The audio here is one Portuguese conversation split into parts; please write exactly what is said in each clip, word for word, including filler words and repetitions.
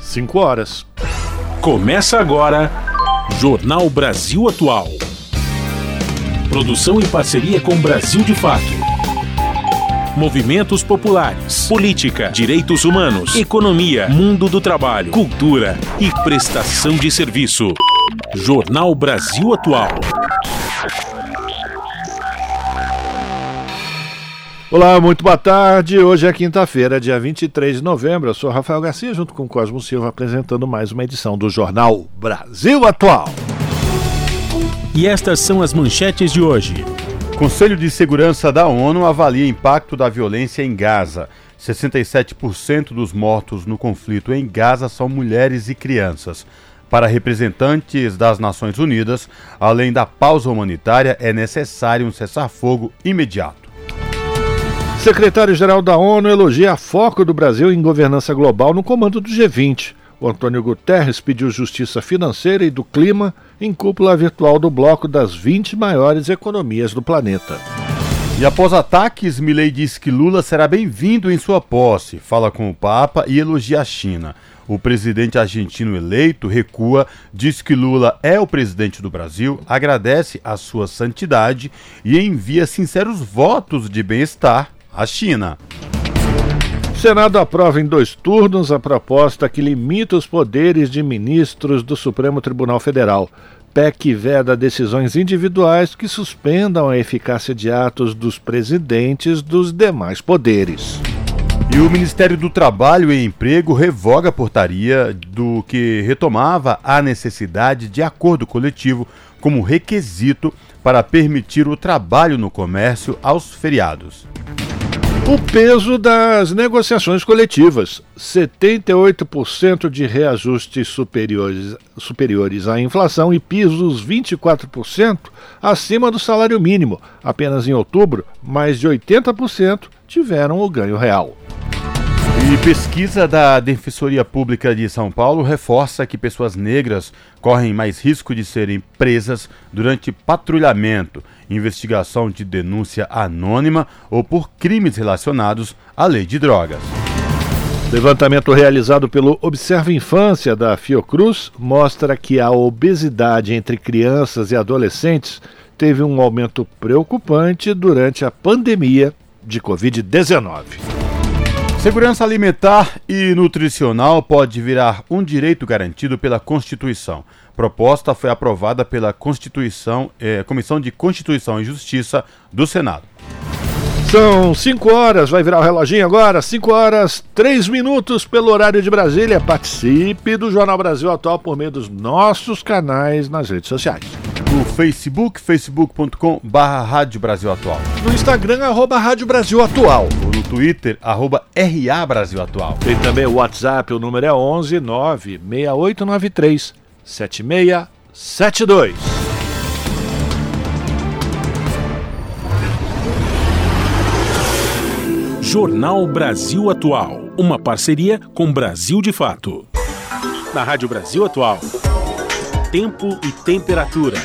cinco horas. Começa agora, Jornal Brasil Atual. Produção em parceria com Brasil de Fato. Movimentos populares, política, direitos humanos, economia, mundo do trabalho, cultura e prestação de serviço. Jornal Brasil Atual. Olá, muito boa tarde. Hoje é quinta-feira, dia vinte e três de novembro. Eu sou Rafael Garcia, junto com Cosmo Silva, apresentando mais uma edição do Jornal Brasil Atual. E estas são as manchetes de hoje. Conselho de Segurança da ONU avalia impacto da violência em Gaza. sessenta e sete por cento dos mortos no conflito em Gaza são mulheres e crianças. Para representantes das Nações Unidas, além da pausa humanitária, é necessário um cessar-fogo imediato. Secretário-Geral da ONU elogia foco do Brasil em governança global no comando do G vinte. O Antônio Guterres pediu justiça financeira e do clima em cúpula virtual do bloco das vinte maiores economias do planeta. E após ataques, Milei diz que Lula será bem-vindo em sua posse, fala com o Papa e elogia a China. O presidente argentino eleito recua, diz que Lula é o presidente do Brasil, agradece a sua santidade e envia sinceros votos de bem-estar à China. O Senado aprova em dois turnos a proposta que limita os poderes de ministros do Supremo Tribunal Federal. P E C veda decisões individuais que suspendam a eficácia de atos dos presidentes dos demais poderes. E o Ministério do Trabalho e Emprego revoga a portaria do que retomava a necessidade de acordo coletivo como requisito para permitir o trabalho no comércio aos feriados. O peso das negociações coletivas, setenta e oito por cento de reajustes superiores, superiores à inflação e pisos vinte e quatro por cento acima do salário mínimo. Apenas em outubro, mais de oitenta por cento tiveram o ganho real. E pesquisa da Defensoria Pública de São Paulo reforça que pessoas negras correm mais risco de serem presas durante patrulhamento, investigação de denúncia anônima ou por crimes relacionados à lei de drogas. Levantamento realizado pelo Observa Infância da Fiocruz mostra que a obesidade entre crianças e adolescentes teve um aumento preocupante durante a pandemia de covid dezenove. Segurança alimentar e nutricional pode virar um direito garantido pela Constituição. Proposta foi aprovada pela Constituição, eh, Comissão de Constituição e Justiça do Senado. São cinco horas, vai virar o reloginho agora, cinco horas, três minutos pelo horário de Brasília. Participe do Jornal Brasil Atual por meio dos nossos canais nas redes sociais. No Facebook, facebook ponto com barra Rádio Brasil Atual. No Instagram, arroba Rádio Brasil Atual. Ou no Twitter, arroba R A Brasil Atual. Tem também o WhatsApp, o número é onze nove seis oito nove três sete seis sete dois. Jornal Brasil Atual, uma parceria com Brasil de Fato. Na Rádio Brasil Atual, tempo e temperatura.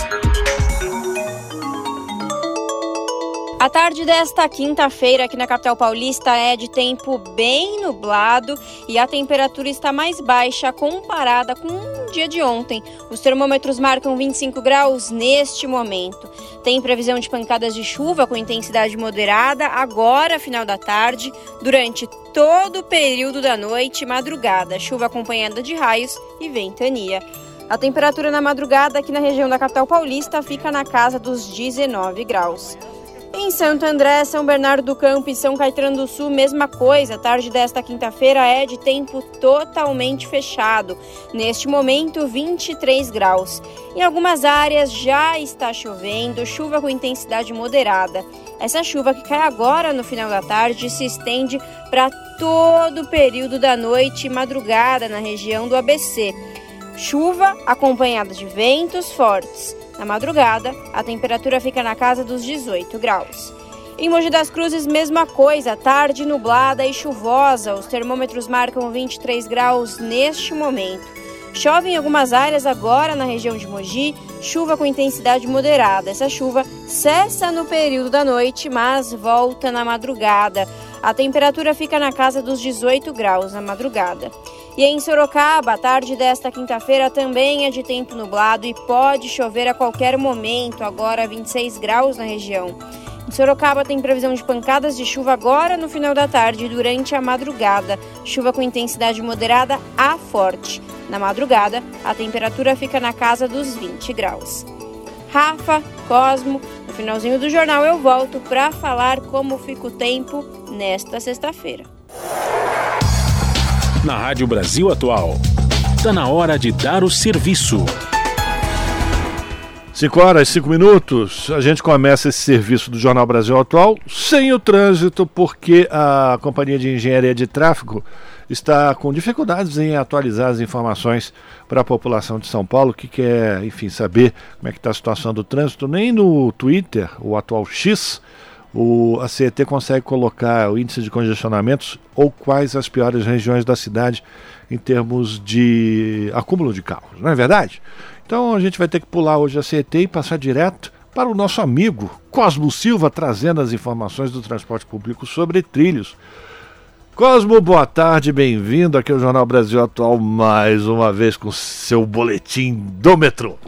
A tarde desta quinta-feira aqui na capital paulista é de tempo bem nublado e a temperatura está mais baixa comparada com o dia de ontem. Os termômetros marcam vinte e cinco graus neste momento. Tem previsão de pancadas de chuva com intensidade moderada agora, final da tarde, durante todo o período da noite e madrugada. Chuva acompanhada de raios e ventania. A temperatura na madrugada aqui na região da capital paulista fica na casa dos dezenove graus. Em Santo André, São Bernardo do Campo e São Caetano do Sul, mesma coisa. A tarde desta quinta-feira é de tempo totalmente fechado. Neste momento, vinte e três graus. Em algumas áreas já está chovendo, chuva com intensidade moderada. Essa chuva que cai agora no final da tarde se estende para todo o período da noite e madrugada na região do A B C. Chuva acompanhada de ventos fortes. Na madrugada, a temperatura fica na casa dos dezoito graus. Em Mogi das Cruzes, mesma coisa, tarde nublada e chuvosa. Os termômetros marcam vinte e três graus neste momento. Chove em algumas áreas agora na região de Mogi, chuva com intensidade moderada. Essa chuva cessa no período da noite, mas volta na madrugada. A temperatura fica na casa dos dezoito graus na madrugada. E em Sorocaba, a tarde desta quinta-feira também é de tempo nublado e pode chover a qualquer momento, agora vinte e seis graus na região. Em Sorocaba tem previsão de pancadas de chuva agora no final da tarde e durante a madrugada. Chuva com intensidade moderada a forte. Na madrugada, a temperatura fica na casa dos vinte graus. Rafa, Cosmo, no finalzinho do jornal eu volto para falar como fica o tempo nesta sexta-feira. Na Rádio Brasil Atual, está na hora de dar o serviço. cinco horas e cinco minutos, a gente começa esse serviço do Jornal Brasil Atual sem o trânsito, porque a Companhia de Engenharia de Tráfego está com dificuldades em atualizar as informações para a população de São Paulo, que quer, enfim, saber como é que está a situação do trânsito. Nem no Twitter, o atual X, o, a C E T consegue colocar o índice de congestionamentos ou quais as piores regiões da cidade em termos de acúmulo de carros, não é verdade? Então a gente vai ter que pular hoje a C E T e passar direto para o nosso amigo Cosmo Silva, trazendo as informações do transporte público sobre trilhos. Cosmo, boa tarde, bem-vindo aqui ao Jornal Brasil Atual, mais uma vez com seu boletim do metrô.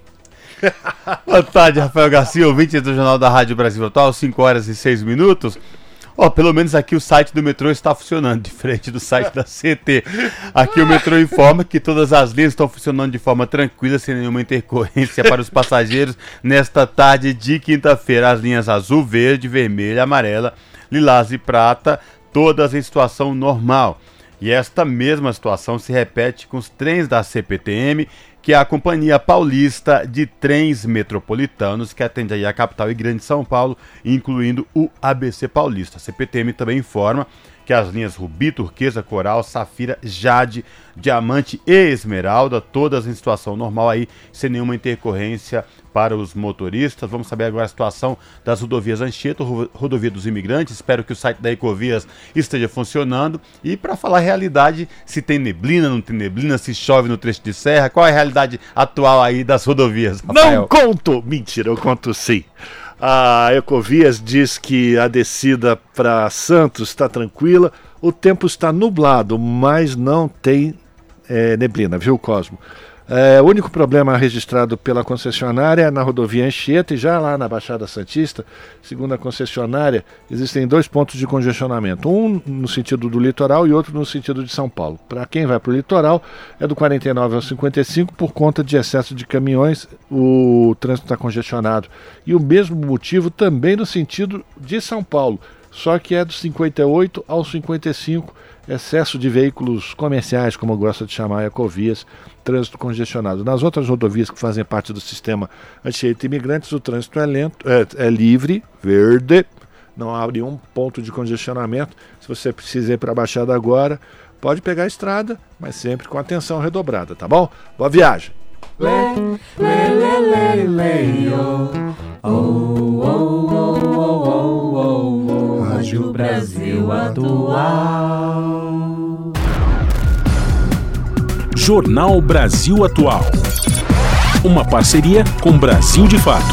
Boa tarde, Rafael Garcia, ouvinte do Jornal da Rádio Brasil Atual, cinco horas e seis minutos. Ó, oh, pelo menos aqui o site do metrô está funcionando, diferente do site da C E T. Aqui o metrô informa que todas as linhas estão funcionando de forma tranquila, sem nenhuma intercorrência para os passageiros nesta tarde de quinta-feira. As linhas azul, verde, vermelha, amarela, lilás e prata, todas em situação normal. E esta mesma situação se repete com os trens da C P T M, que é a Companhia Paulista de Trens Metropolitanos, que atende aí a capital e grande São Paulo, incluindo o A B C Paulista. A C P T M também informa que as linhas Rubi, Turquesa, Coral, Safira, Jade, Diamante e Esmeralda, todas em situação normal aí, sem nenhuma intercorrência para os motoristas. Vamos saber agora a situação das rodovias Anchieta, rodovia dos imigrantes. Espero que o site da Ecovias esteja funcionando. E para falar a realidade, se tem neblina, não tem neblina, se chove no trecho de serra, qual é a realidade atual aí das rodovias, Rafael? Não conto! Mentira, eu conto sim. A Ecovias diz que a descida para Santos está tranquila, o tempo está nublado, mas não tem é, neblina, viu, Cosmo? É, o único problema registrado pela concessionária é na rodovia Anchieta, e já lá na Baixada Santista, segundo a concessionária, existem dois pontos de congestionamento, um no sentido do litoral e outro no sentido de São Paulo. Para quem vai para o litoral, é do quarenta e nove ao cinquenta e cinco, por conta de excesso de caminhões, o trânsito está congestionado. E o mesmo motivo também no sentido de São Paulo, só que é do cinquenta e oito ao cinquenta e cinco, excesso de veículos comerciais, como gosta de chamar a Ecovias, trânsito congestionado. Nas outras rodovias que fazem parte do sistema Anchieta Imigrantes, o trânsito é lento, é, é livre, verde, não há nenhum ponto de congestionamento. Se você precisa ir para a Baixada agora, pode pegar a estrada, mas sempre com atenção redobrada, tá bom? Boa viagem! Lê, lê, lê, lê, lê, oh, oh, oh, oh, oh, oh, oh, Rádio Brasil Atual. Jornal Brasil Atual. Uma parceria com Brasil de Fato.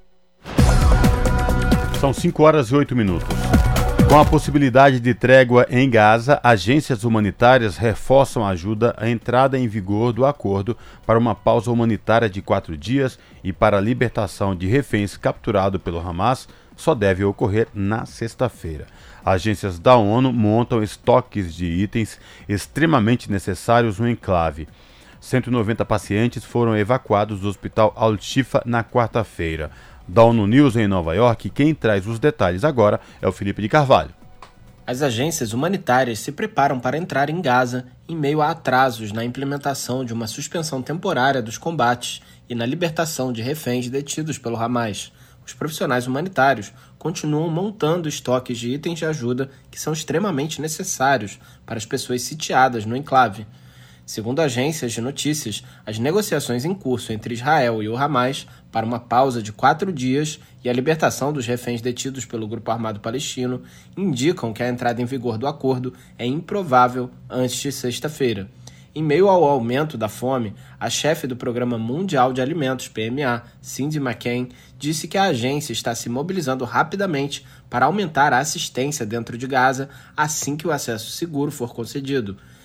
São cinco horas e oito minutos. Com a possibilidade de trégua em Gaza, agências humanitárias reforçam a ajuda à entrada em vigor do acordo para uma pausa humanitária de quatro dias e para a libertação de reféns capturados pelo Hamas só deve ocorrer na sexta-feira. Agências da ONU montam estoques de itens extremamente necessários no enclave. cento e noventa pacientes foram evacuados do Hospital Al-Shifa na quarta-feira. Da ONU News em Nova York, quem traz os detalhes agora é o Felipe de Carvalho. As agências humanitárias se preparam para entrar em Gaza em meio a atrasos na implementação de uma suspensão temporária dos combates e na libertação de reféns detidos pelo Hamas. Os profissionais humanitários continuam montando estoques de itens de ajuda que são extremamente necessários para as pessoas sitiadas no enclave. Segundo agências de notícias, as negociações em curso entre Israel e o Hamas para uma pausa de quatro dias e a libertação dos reféns detidos pelo grupo armado palestino indicam que a entrada em vigor do acordo é improvável antes de sexta-feira. Em meio ao aumento da fome, a chefe do Programa Mundial de Alimentos, P M A, Cindy McCain, disse que a agência está se mobilizando rapidamente para aumentar a assistência dentro de Gaza assim que o acesso seguro for concedido.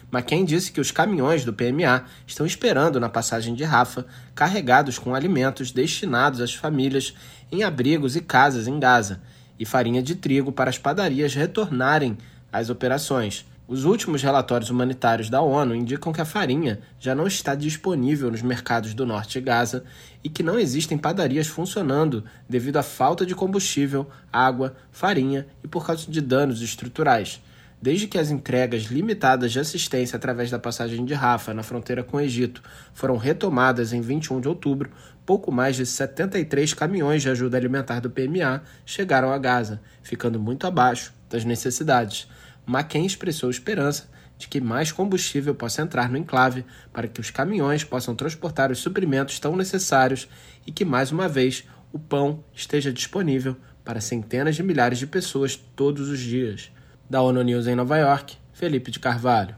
McCain disse que os caminhões do P M A estão esperando na passagem de Rafah, carregados com alimentos destinados às famílias em abrigos e casas em Gaza, e farinha de trigo para as padarias retornarem às operações. Os últimos relatórios humanitários da ONU indicam que a farinha já não está disponível nos mercados do norte de Gaza e que não existem padarias funcionando devido à falta de combustível, água, farinha e por causa de danos estruturais. Desde que as entregas limitadas de assistência através da passagem de Rafah na fronteira com o Egito foram retomadas em vinte e um de outubro, pouco mais de setenta e três caminhões de ajuda alimentar do P M A chegaram a Gaza, ficando muito abaixo das necessidades. McCain expressou esperança de que mais combustível possa entrar no enclave para que os caminhões possam transportar os suprimentos tão necessários e que, mais uma vez, o pão esteja disponível para centenas de milhares de pessoas todos os dias. Da ONU News em Nova York, Felipe de Carvalho.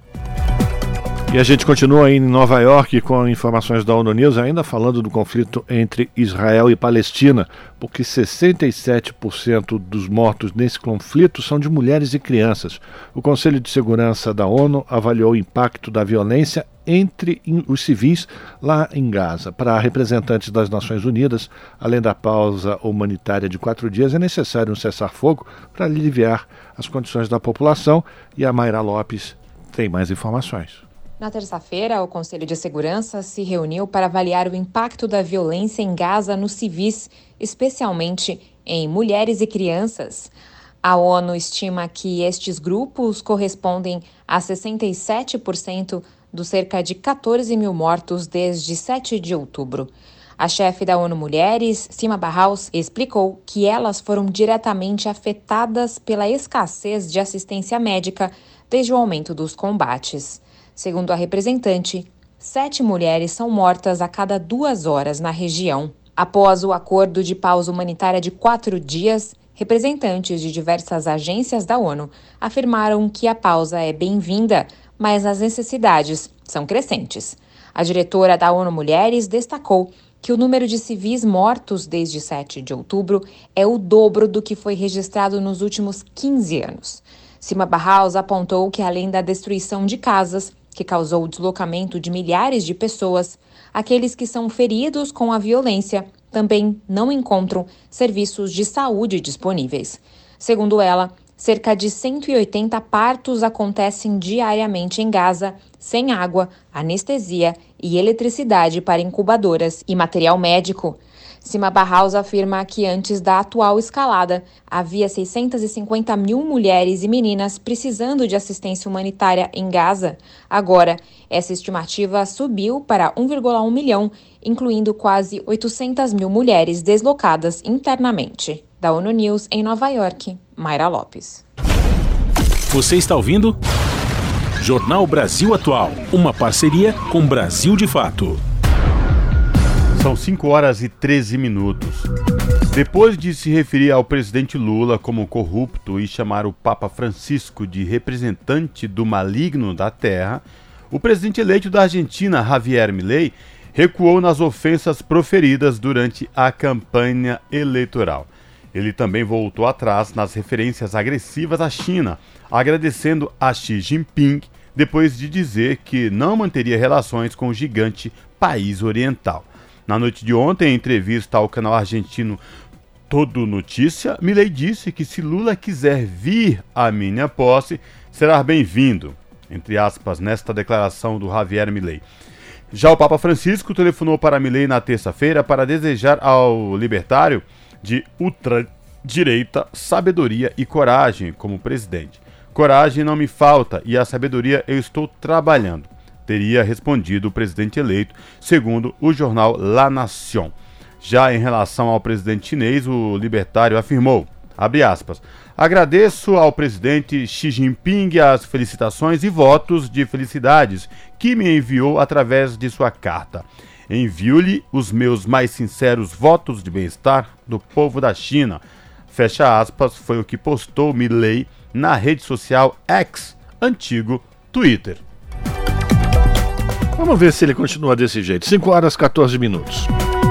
E a gente continua aí em Nova York com informações da ONU News, ainda falando do conflito entre Israel e Palestina, porque sessenta e sete por cento dos mortos nesse conflito são de mulheres e crianças. O Conselho de Segurança da ONU avaliou o impacto da violência entre os civis lá em Gaza. Para representantes das Nações Unidas, além da pausa humanitária de quatro dias, é necessário um cessar-fogo para aliviar as condições da população. E a Mayra Lopes tem mais informações. Na terça-feira, o Conselho de Segurança se reuniu para avaliar o impacto da violência em Gaza nos civis, especialmente em mulheres e crianças. A ONU estima que estes grupos correspondem a sessenta e sete por cento dos cerca de quatorze mil mortos desde sete de outubro. A chefe da ONU Mulheres, Sima Barraus, explicou que elas foram diretamente afetadas pela escassez de assistência médica desde o aumento dos combates. Segundo a representante, sete mulheres são mortas a cada duas horas na região. Após o acordo de pausa humanitária de quatro dias, representantes de diversas agências da ONU afirmaram que a pausa é bem-vinda, mas as necessidades são crescentes. A diretora da ONU Mulheres destacou que o número de civis mortos desde sete de outubro é o dobro do que foi registrado nos últimos quinze anos. Sima Barraus apontou que, além da destruição de casas, que causou o deslocamento de milhares de pessoas, aqueles que são feridos com a violência também não encontram serviços de saúde disponíveis. Segundo ela, cerca de cento e oitenta partos acontecem diariamente em Gaza, sem água, anestesia e eletricidade para incubadoras e material médico. Sima Barraus afirma que antes da atual escalada, havia seiscentas e cinquenta mil mulheres e meninas precisando de assistência humanitária em Gaza. Agora, essa estimativa subiu para um vírgula um milhão, incluindo quase oitocentas mil mulheres deslocadas internamente. Da ONU News em Nova York, Mayra Lopes. Você está ouvindo? Jornal Brasil Atual, uma parceria com Brasil de Fato. São cinco horas e treze minutos. Depois de se referir ao presidente Lula como corrupto e chamar o Papa Francisco de representante do maligno da terra, o presidente eleito da Argentina, Javier Milei, recuou nas ofensas proferidas durante a campanha eleitoral. Ele também voltou atrás nas referências agressivas à China, agradecendo a Xi Jinping depois de dizer que não manteria relações com o gigante país oriental. Na noite de ontem, em entrevista ao canal argentino Todo Notícia, Milei disse que se Lula quiser vir à minha posse, será bem-vindo, entre aspas, nesta declaração do Javier Milei. Já o Papa Francisco telefonou para Milei na terça-feira para desejar ao libertário de ultradireita sabedoria e coragem como presidente. Coragem não me falta e a sabedoria eu estou trabalhando, teria respondido o presidente eleito, segundo o jornal La Nación. Já em relação ao presidente chinês, o libertário afirmou, abre aspas, agradeço ao presidente Xi Jinping as felicitações e votos de felicidades que me enviou através de sua carta. Envio-lhe os meus mais sinceros votos de bem-estar do povo da China. Fecha aspas, foi o que postou Milei na rede social X, antigo Twitter. Vamos ver se ele continua desse jeito. cinco horas e quatorze minutos.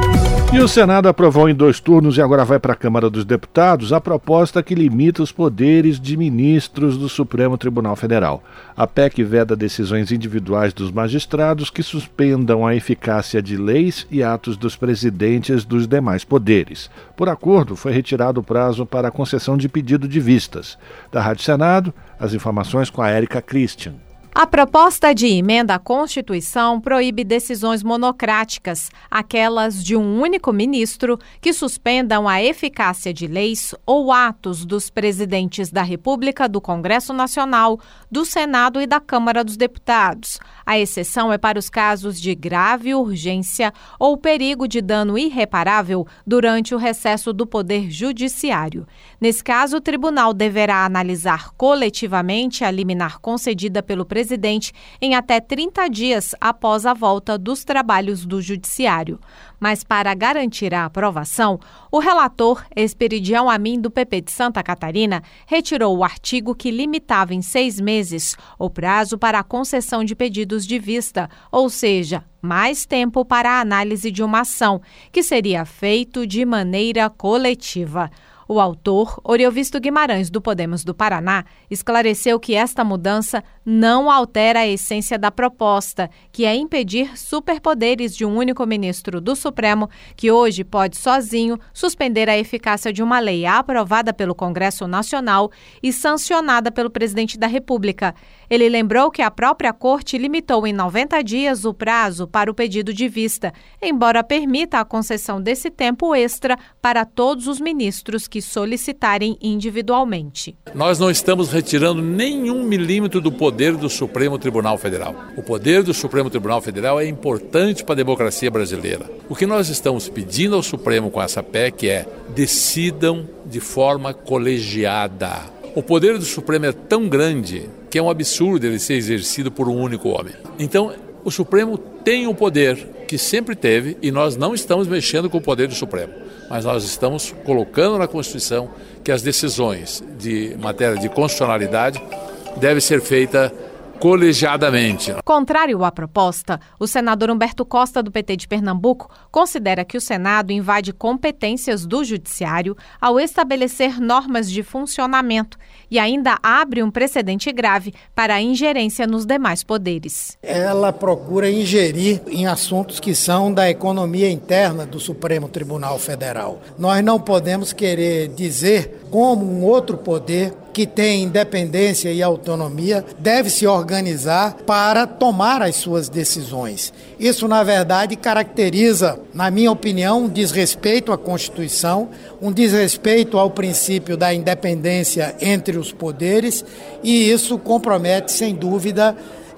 E o Senado aprovou em dois turnos e agora vai para a Câmara dos Deputados a proposta que limita os poderes de ministros do Supremo Tribunal Federal. A P E C veda decisões individuais dos magistrados que suspendam a eficácia de leis e atos dos presidentes dos demais poderes. Por acordo, foi retirado o prazo para a concessão de pedido de vistas. Da Rádio Senado, as informações com a Érica Christian. A proposta de emenda à Constituição proíbe decisões monocráticas, aquelas de um único ministro, que suspendam a eficácia de leis ou atos dos presidentes da República, do Congresso Nacional, do Senado e da Câmara dos Deputados. A exceção é para os casos de grave urgência ou perigo de dano irreparável durante o recesso do Poder Judiciário. Nesse caso, o tribunal deverá analisar coletivamente a liminar concedida pelo presidente presidente em até trinta dias após a volta dos trabalhos do Judiciário. Mas para garantir a aprovação, o relator Esperidião Amin, do P P de Santa Catarina, retirou o artigo que limitava em seis meses o prazo para a concessão de pedidos de vista, ou seja, mais tempo para a análise de uma ação, que seria feito de maneira coletiva. O autor, Oriovisto Guimarães, do Podemos do Paraná, esclareceu que esta mudança não altera a essência da proposta, que é impedir superpoderes de um único ministro do Supremo, que hoje pode sozinho suspender a eficácia de uma lei aprovada pelo Congresso Nacional e sancionada pelo presidente da República. Ele lembrou que a própria Corte limitou em noventa dias o prazo para o pedido de vista, embora permita a concessão desse tempo extra para todos os ministros que solicitarem individualmente. Nós não estamos retirando nenhum milímetro do poder do Supremo Tribunal Federal. O poder do Supremo Tribunal Federal é importante para a democracia brasileira. O que nós estamos pedindo ao Supremo com essa P E C é: decidam de forma colegiada. O poder do Supremo é tão grande que é um absurdo ele ser exercido por um único homem. Então, o Supremo tem um poder que sempre teve e nós não estamos mexendo com o poder do Supremo. Mas nós estamos colocando na Constituição que as decisões de matéria de constitucionalidade devem ser feitas colegiadamente. Contrário à proposta, o senador Humberto Costa, do P T de Pernambuco, considera que o Senado invade competências do Judiciário ao estabelecer normas de funcionamento e ainda abre um precedente grave para a ingerência nos demais poderes. Ela procura ingerir em assuntos que são da economia interna do Supremo Tribunal Federal. Nós não podemos querer dizer como um outro poder que tem independência e autonomia deve se organizar para tomar as suas decisões. Isso, na verdade, caracteriza, na minha opinião, um desrespeito à Constituição, um desrespeito ao princípio da independência entre os poderes, e isso compromete, sem dúvida,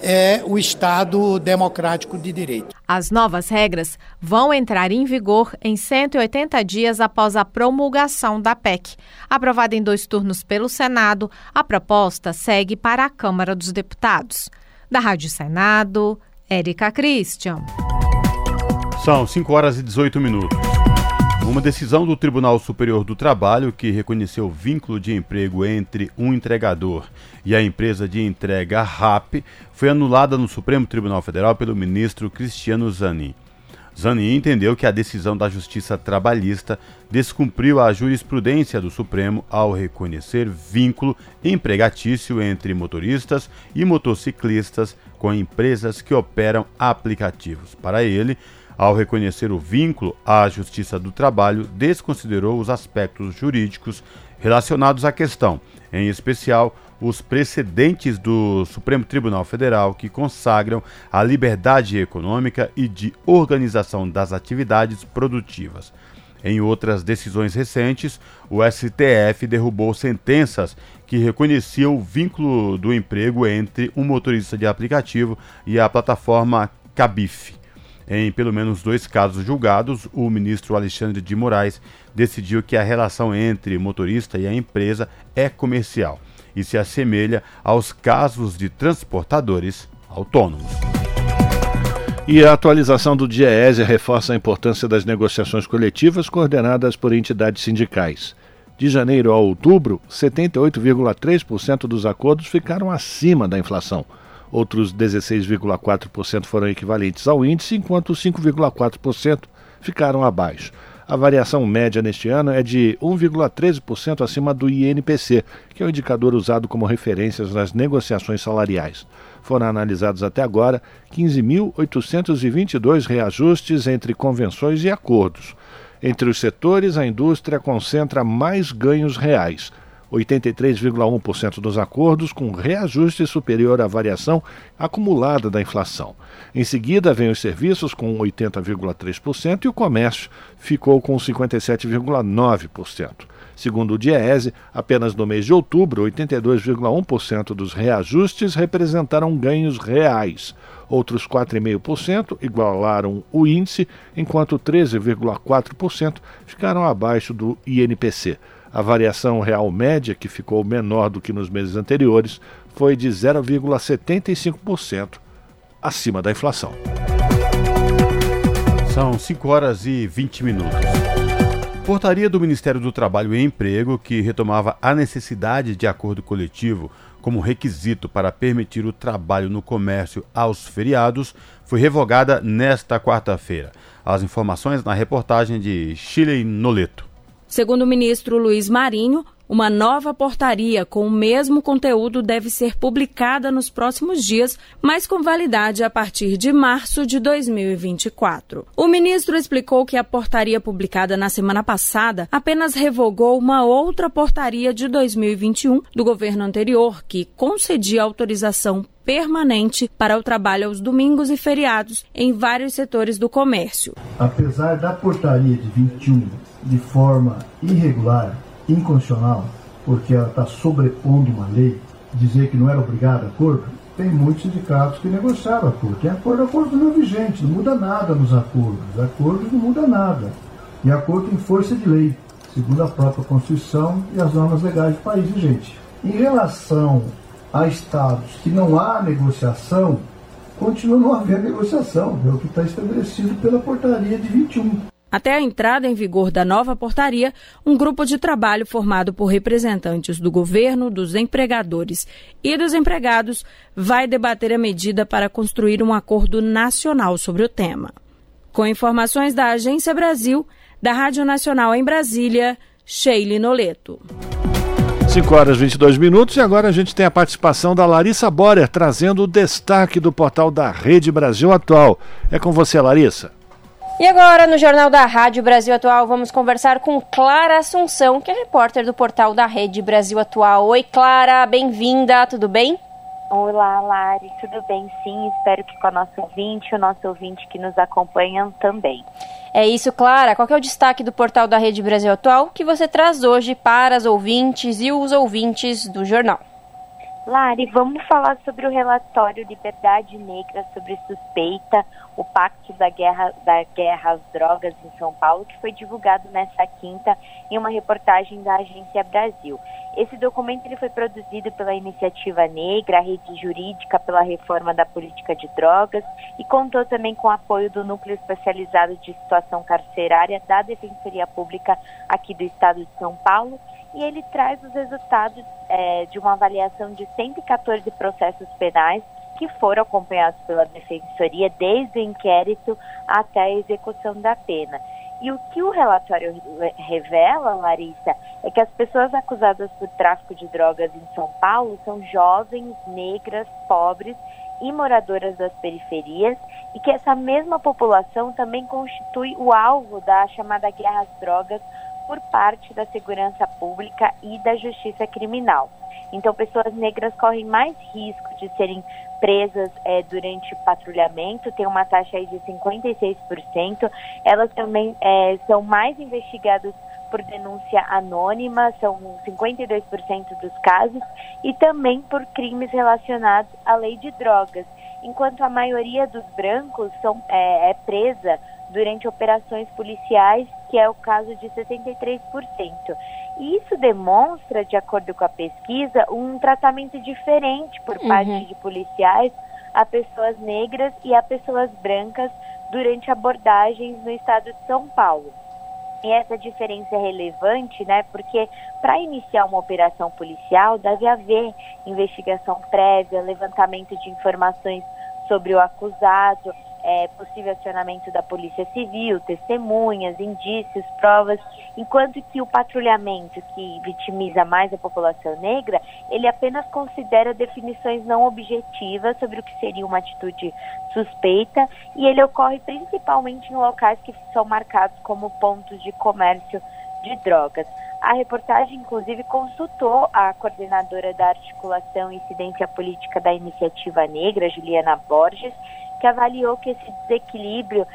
é o Estado democrático de direito. As novas regras vão entrar em vigor em cento e oitenta dias após a promulgação da P E C. Aprovada em dois turnos pelo Senado, a proposta segue para a Câmara dos Deputados. Da Rádio Senado, Érica Christian. São cinco horas e dezoito minutos. Uma decisão do Tribunal Superior do Trabalho que reconheceu o vínculo de emprego entre um entregador e a empresa de entrega R A P foi anulada no Supremo Tribunal Federal pelo ministro Cristiano Zanin. Zanin entendeu que a decisão da Justiça Trabalhista descumpriu a jurisprudência do Supremo ao reconhecer vínculo empregatício entre motoristas e motociclistas com empresas que operam aplicativos. Para ele, ao reconhecer o vínculo, a Justiça do Trabalho desconsiderou os aspectos jurídicos relacionados à questão, em especial os precedentes do Supremo Tribunal Federal que consagram a liberdade econômica e de organização das atividades produtivas. Em outras decisões recentes, o S T F derrubou sentenças que reconheciam o vínculo do emprego entre um motorista de aplicativo e a plataforma Cabif. Em pelo menos dois casos julgados, o ministro Alexandre de Moraes decidiu que a relação entre motorista e a empresa é comercial e se assemelha aos casos de transportadores autônomos. E a atualização do DIEESE reforça a importância das negociações coletivas coordenadas por entidades sindicais. De janeiro a outubro, setenta e oito vírgula três por cento dos acordos ficaram acima da inflação. Outros dezesseis vírgula quatro por cento foram equivalentes ao índice, enquanto cinco vírgula quatro por cento ficaram abaixo. A variação média neste ano é de um vírgula treze por cento acima do I N P C, que é o indicador usado como referências nas negociações salariais. Foram analisados até agora quinze mil oitocentos e vinte e dois reajustes entre convenções e acordos. Entre os setores, a indústria concentra mais ganhos reais. oitenta e três vírgula um por cento dos acordos com reajuste superior à variação acumulada da inflação. Em seguida, vem os serviços com oitenta vírgula três por cento e o comércio ficou com cinquenta e sete vírgula nove por cento. Segundo o Diese, apenas no mês de outubro, oitenta e dois vírgula um por cento dos reajustes representaram ganhos reais. Outros quatro vírgula cinco por cento igualaram o índice, enquanto treze vírgula quatro por cento ficaram abaixo do I N P C. A variação real média, que ficou menor do que nos meses anteriores, foi de zero vírgula setenta e cinco por cento acima da inflação. São cinco horas e vinte minutos. Portaria do Ministério do Trabalho e Emprego, que retomava a necessidade de acordo coletivo como requisito para permitir o trabalho no comércio aos feriados, foi revogada nesta quarta-feira. As informações na reportagem de Shirley Noleto. Segundo o ministro Luiz Marinho, uma nova portaria com o mesmo conteúdo deve ser publicada nos próximos dias, mas com validade a partir de março de dois mil e vinte e quatro. O ministro explicou que a portaria publicada na semana passada apenas revogou uma outra portaria de dois mil e vinte e um do governo anterior, que concedia autorização permanente para o trabalho aos domingos e feriados em vários setores do comércio. Apesar da portaria de vinte e um de forma irregular, inconstitucional, porque ela está sobrepondo uma lei, dizer que não era obrigado a acordo, tem muitos sindicatos que negociaram acordo. Tem acordo, acordo não é vigente, não muda nada nos acordos. Acordos não muda nada. E acordo tem força de lei, segundo a própria Constituição e as normas legais do país vigente. Em relação a estados que não há negociação, continua não haver negociação, é o que está estabelecido pela portaria de vinte e um. Até a entrada em vigor da nova portaria, um grupo de trabalho formado por representantes do governo, dos empregadores e dos empregados vai debater a medida para construir um acordo nacional sobre o tema. Com informações da Agência Brasil, da Rádio Nacional em Brasília, Shirley Noleto. cinco horas e vinte e dois minutos e agora a gente tem a participação da Larissa Borer trazendo o destaque do portal da Rede Brasil Atual. É com você, Larissa. E agora, no Jornal da Rádio Brasil Atual, vamos conversar com Clara Assunção, que é repórter do portal da Rede Brasil Atual. Oi, Clara, bem-vinda, tudo bem? Olá, Lari, tudo bem? Sim, espero que com a nossa ouvinte, o nosso ouvinte que nos acompanha também. É isso, Clara. Qual que é o destaque do portal da Rede Brasil Atual que você traz hoje para as ouvintes e os ouvintes do jornal? Lari, vamos falar sobre o relatório Liberdade Negra sobre suspeita, o Pacto da Guerra, da Guerra às Drogas em São Paulo, que foi divulgado nesta quinta em uma reportagem da Agência Brasil. Esse documento ele foi produzido pela Iniciativa Negra, a Rede Jurídica pela Reforma da Política de Drogas, e contou também com o apoio do Núcleo Especializado de Situação Carcerária da Defensoria Pública aqui do Estado de São Paulo, e ele traz os resultados é, de uma avaliação de cento e quatorze processos penais que foram acompanhados pela Defensoria desde o inquérito até a execução da pena. E o que o relatório revela, Larissa, é que as pessoas acusadas por tráfico de drogas em São Paulo são jovens, negras, pobres e moradoras das periferias, e que essa mesma população também constitui o alvo da chamada guerra às drogas por parte da segurança pública e da justiça criminal. Então, pessoas negras correm mais risco de serem presas é, durante patrulhamento, tem uma taxa aí de cinquenta e seis por cento. Elas também é, são mais investigadas por denúncia anônima, são cinquenta e dois por cento dos casos, e também por crimes relacionados à lei de drogas, enquanto a maioria dos brancos são, é, é presa durante operações policiais, que é o caso de sessenta e três por cento. E isso demonstra, de acordo com a pesquisa, um tratamento diferente por uhum. parte de policiais a pessoas negras e a pessoas brancas durante abordagens no estado de São Paulo. E essa diferença é relevante, né, porque para iniciar uma operação policial deve haver investigação prévia, levantamento de informações sobre o acusado, é, possível acionamento da Polícia Civil, testemunhas, indícios, provas, enquanto que o patrulhamento, que vitimiza mais a população negra, ele apenas considera definições não objetivas sobre o que seria uma atitude suspeita, e ele ocorre principalmente em locais que são marcados como pontos de comércio de drogas. A reportagem, inclusive, consultou a coordenadora da articulação e incidência política da Iniciativa Negra, Juliana Borges, que avaliou que esse desequilíbrio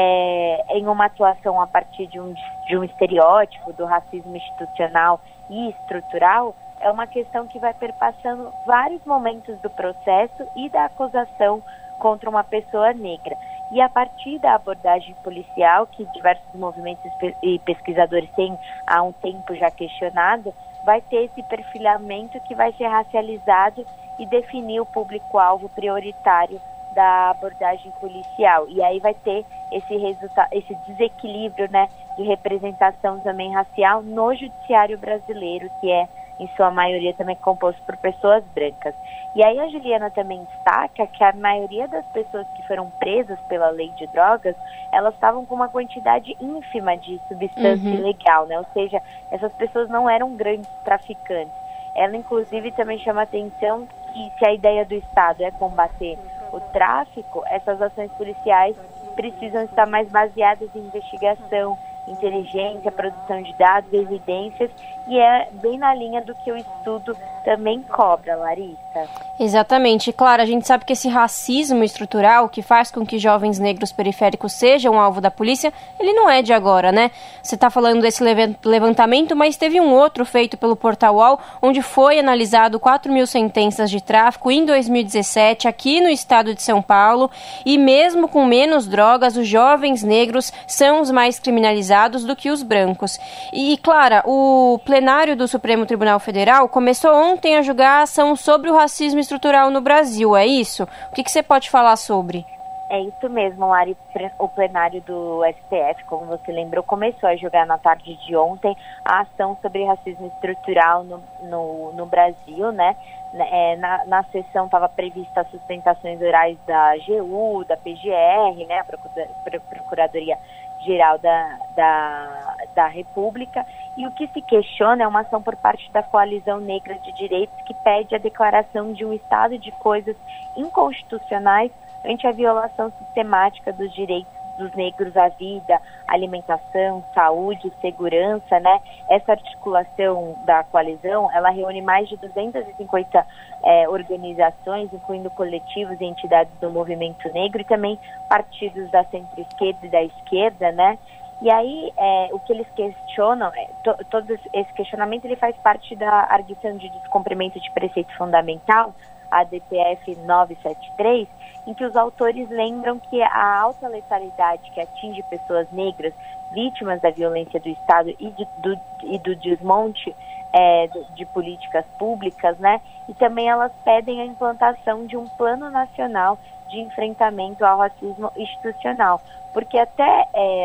é, em uma atuação a partir de um, de um estereótipo do racismo institucional e estrutural é uma questão que vai perpassando vários momentos do processo e da acusação contra uma pessoa negra. E a partir da abordagem policial, que diversos movimentos e pesquisadores têm há um tempo já questionado, vai ter esse perfilamento que vai ser racializado e definir o público-alvo prioritário da abordagem policial. E aí vai ter esse resultado, esse desequilíbrio, né, de representação também racial no judiciário brasileiro, que é, em sua maioria, também composto por pessoas brancas. E aí a Juliana também destaca que a maioria das pessoas que foram presas pela lei de drogas, elas estavam com uma quantidade ínfima de substância uhum. ilegal, né? Ou seja, essas pessoas não eram grandes traficantes. Ela, inclusive, também chama a atenção que se a ideia do Estado é combater o tráfico, essas ações policiais precisam estar mais baseadas em investigação, inteligência, produção de dados, evidências, e é bem na linha do que o estudo também cobra, Larissa. Exatamente. Claro, a gente sabe que esse racismo estrutural que faz com que jovens negros periféricos sejam alvo da polícia, ele não é de agora, né? Você está falando desse levantamento, mas teve um outro feito pelo Portal U O L, onde foi analisado quatro mil sentenças de tráfico em dois mil e dezessete, aqui no estado de São Paulo, e mesmo com menos drogas, os jovens negros são os mais criminalizados do que os brancos. E, Clara, o plenário do Supremo Tribunal Federal começou ontem a julgar a ação sobre o racismo estrutural no Brasil, é isso? O que, que você pode falar sobre? É isso mesmo, Lari. O plenário do S T F, como você lembrou, começou a julgar na tarde de ontem a ação sobre racismo estrutural no, no, no Brasil, né? É, na, na sessão estava prevista as sustentações orais da A G U, da P G R, né? A Procuradoria Geral da, da, da República, e o que se questiona é uma ação por parte da Coalizão Negra de Direitos que pede a declaração de um estado de coisas inconstitucionais ante a violação sistemática dos direitos dos negros à vida, alimentação, saúde, segurança, né? Essa articulação da coalizão, ela reúne mais de duzentas e cinquenta é, organizações, incluindo coletivos e entidades do movimento negro e também partidos da centro-esquerda e da esquerda, né? E aí, é, o que eles questionam, é, to, todo esse questionamento, ele faz parte da arguição de descumprimento de preceito fundamental, a D P F novecentos e setenta e três, em que os autores lembram que a alta letalidade que atinge pessoas negras, vítimas da violência do Estado e, de, do, e do desmonte é, de, de políticas públicas, né? E também elas pedem a implantação de um plano nacional de enfrentamento ao racismo institucional. Porque até,